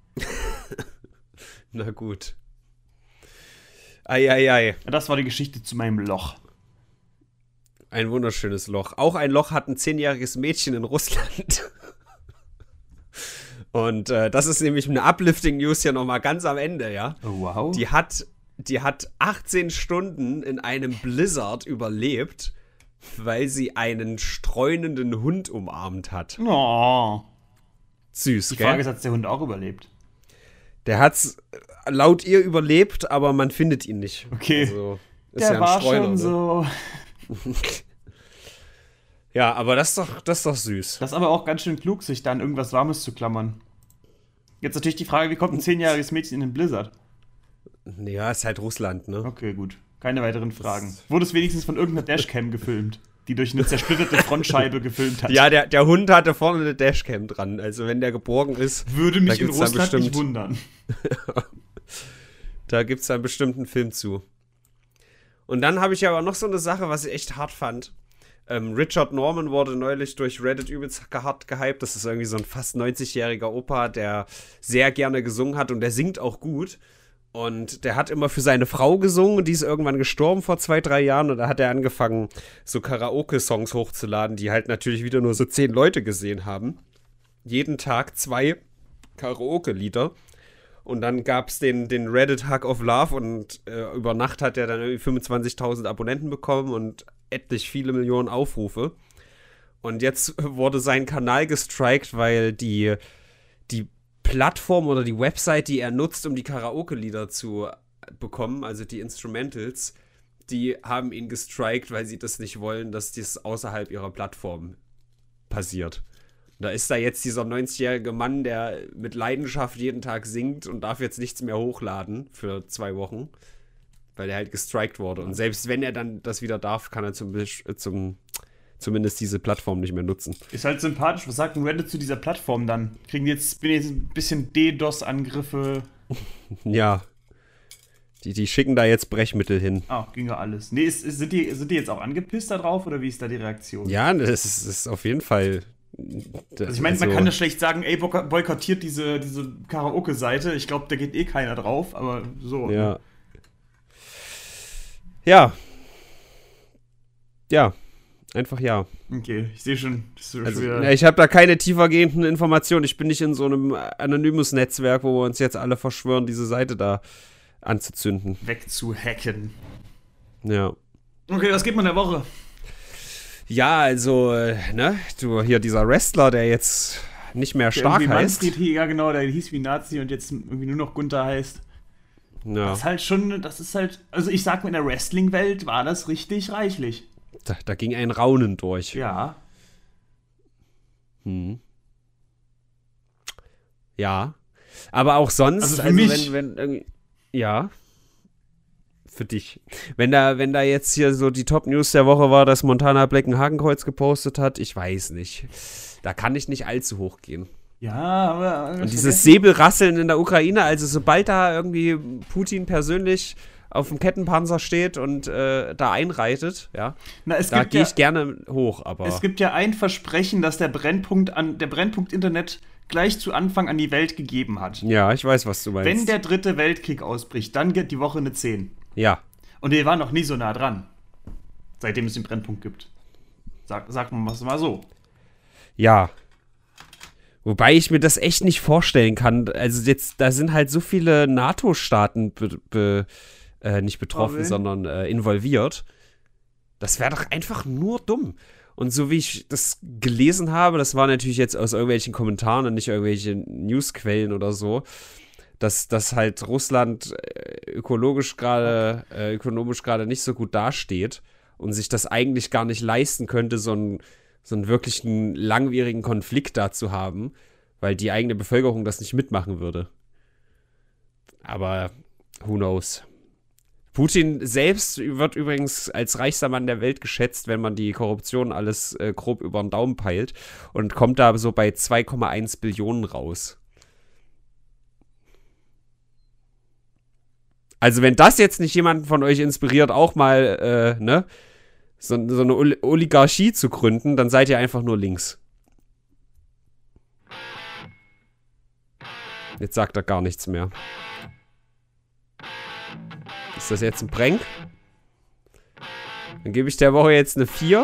Na gut. Ei. Das war die Geschichte zu meinem Loch. Ein wunderschönes Loch. Auch ein Loch hat ein 10-jähriges Mädchen in Russland. Und das ist nämlich eine Uplifting-News hier nochmal ganz am Ende, ja. Oh, wow. Die hat 18 Stunden in einem Blizzard überlebt, weil sie einen streunenden Hund umarmt hat. Oh. Süß, Die gell? Frage ist, hat der Hund auch überlebt? Der hat's laut ihr überlebt, aber man findet ihn nicht. Okay. Also, ist Der ja ein war Streuner, schon ne? so. Ja, aber das ist doch süß. Das ist aber auch ganz schön klug, sich da an irgendwas Warmes zu klammern. Jetzt natürlich die Frage, wie kommt ein 10-jähriges Mädchen in den Blizzard? Ja, ist halt Russland, ne? Okay, gut. Keine weiteren Fragen. Wurde es wenigstens von irgendeiner Dashcam gefilmt, die durch eine zersplitterte Frontscheibe gefilmt hat? Ja, der Hund hatte vorne eine Dashcam dran. Also wenn der geborgen ist, Würde mich da in gibt's dann Russland nicht bestimmt- wundern. Da gibt es einen bestimmten Film zu. Und dann habe ich aber noch so eine Sache, was ich echt hart fand. Richard Norman wurde neulich durch Reddit übelst hart gehypt. Das ist irgendwie so ein fast 90-jähriger Opa, der sehr gerne gesungen hat und der singt auch gut. Und der hat immer für seine Frau gesungen und die ist irgendwann gestorben vor 2-3 Jahren und da hat er angefangen, so Karaoke-Songs hochzuladen, die halt natürlich wieder nur so 10 Leute gesehen haben. Jeden Tag 2 Karaoke-Lieder. Und dann gab es den Reddit Hug of Love und über Nacht hat er dann irgendwie 25.000 Abonnenten bekommen und etlich viele Millionen Aufrufe. Und jetzt wurde sein Kanal gestrikt, weil die Plattform oder die Website, die er nutzt, um die Karaoke-Lieder zu bekommen, also die Instrumentals, die haben ihn gestrikt, weil sie das nicht wollen, dass das außerhalb ihrer Plattform passiert. Da ist da jetzt dieser 90-jährige Mann, der mit Leidenschaft jeden Tag singt und darf jetzt nichts mehr hochladen für 2 Wochen, weil er halt gestrikt wurde. Und selbst wenn er dann das wieder darf, kann er zumindest diese Plattform nicht mehr nutzen. Ist halt sympathisch. Was sagt ein Reddit zu dieser Plattform dann? Bin jetzt ein bisschen DDoS-Angriffe? Ja. Die schicken da jetzt Brechmittel hin. Ah, ging ja alles. Nee, sind die jetzt auch angepisst da drauf oder wie ist da die Reaktion? Ja, das ist auf jeden Fall. Also ich meine, man kann das schlecht sagen, ey, boykottiert diese Karaoke-Seite. Ich glaube, da geht eh keiner drauf, aber so. Ja. Ja. Ja. Einfach ja. Okay, ich sehe schon. Das ist Also, schon wieder ich habe da keine tiefergehenden Informationen. Ich bin nicht in so einem Anonymous-Netzwerk, wo wir uns jetzt alle verschwören, diese Seite da anzuzünden. wegzuhacken. Ja. Okay, was geht man in der Woche? Ja, also, hier dieser Wrestler, der jetzt nicht mehr stark heißt. Ja, genau, der hieß wie Nazi und jetzt irgendwie nur noch Gunther heißt. Ja. Das ist halt, also ich sag mal, in der Wrestling-Welt war das richtig reichlich. Da ging ein Raunen durch. Ja. Ja. Aber auch sonst, Also für mich. wenn irgendwie. Ja. Für dich. Wenn da jetzt hier so die Top-News der Woche war, dass Montana Black ein Hakenkreuz gepostet hat, ich weiß nicht. Da kann ich nicht allzu hoch gehen. Ja, aber. Und dieses Säbelrasseln in der Ukraine, also sobald da irgendwie Putin persönlich auf dem Kettenpanzer steht und da einreitet, ja, da gehe ich gerne hoch, aber. Es gibt ja ein Versprechen, dass der Brennpunkt Internet gleich zu Anfang an die Welt gegeben hat. Ja, ich weiß, was du meinst. Wenn der 3. Weltkrieg ausbricht, dann geht die Woche eine 10. Ja. Und wir waren noch nie so nah dran, seitdem es den Brennpunkt gibt. Sag man mal so. Ja. Wobei ich mir das echt nicht vorstellen kann. Also jetzt, da sind halt so viele NATO-Staaten nicht betroffen, sondern involviert. Das wäre doch einfach nur dumm. Und so wie ich das gelesen habe, das war natürlich jetzt aus irgendwelchen Kommentaren und nicht irgendwelche Newsquellen oder so, dass halt Russland ökonomisch gerade nicht so gut dasteht und sich das eigentlich gar nicht leisten könnte, so einen wirklichen langwierigen Konflikt da zu haben, weil die eigene Bevölkerung das nicht mitmachen würde. Aber who knows? Putin selbst wird übrigens als reichster Mann der Welt geschätzt, wenn man die Korruption alles grob über den Daumen peilt, und kommt da so bei 2,1 Billionen raus. Also wenn das jetzt nicht jemanden von euch inspiriert, auch mal so eine Oligarchie zu gründen, dann seid ihr einfach nur links. Jetzt sagt er gar nichts mehr. Ist das jetzt ein Prank? Dann gebe ich der Woche jetzt eine 4.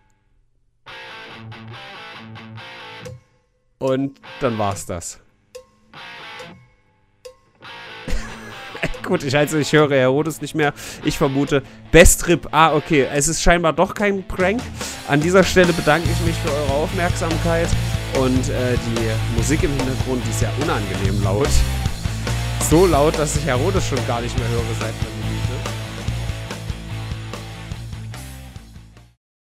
Und dann war's das. Gut, ich höre Herodes nicht mehr. Ich vermute, Bestrip. Ah, okay. Es ist scheinbar doch kein Prank. An dieser Stelle bedanke ich mich für eure Aufmerksamkeit. Und die Musik im Hintergrund, die ist ja unangenehm laut. So laut, dass ich Herodes schon gar nicht mehr höre seit einem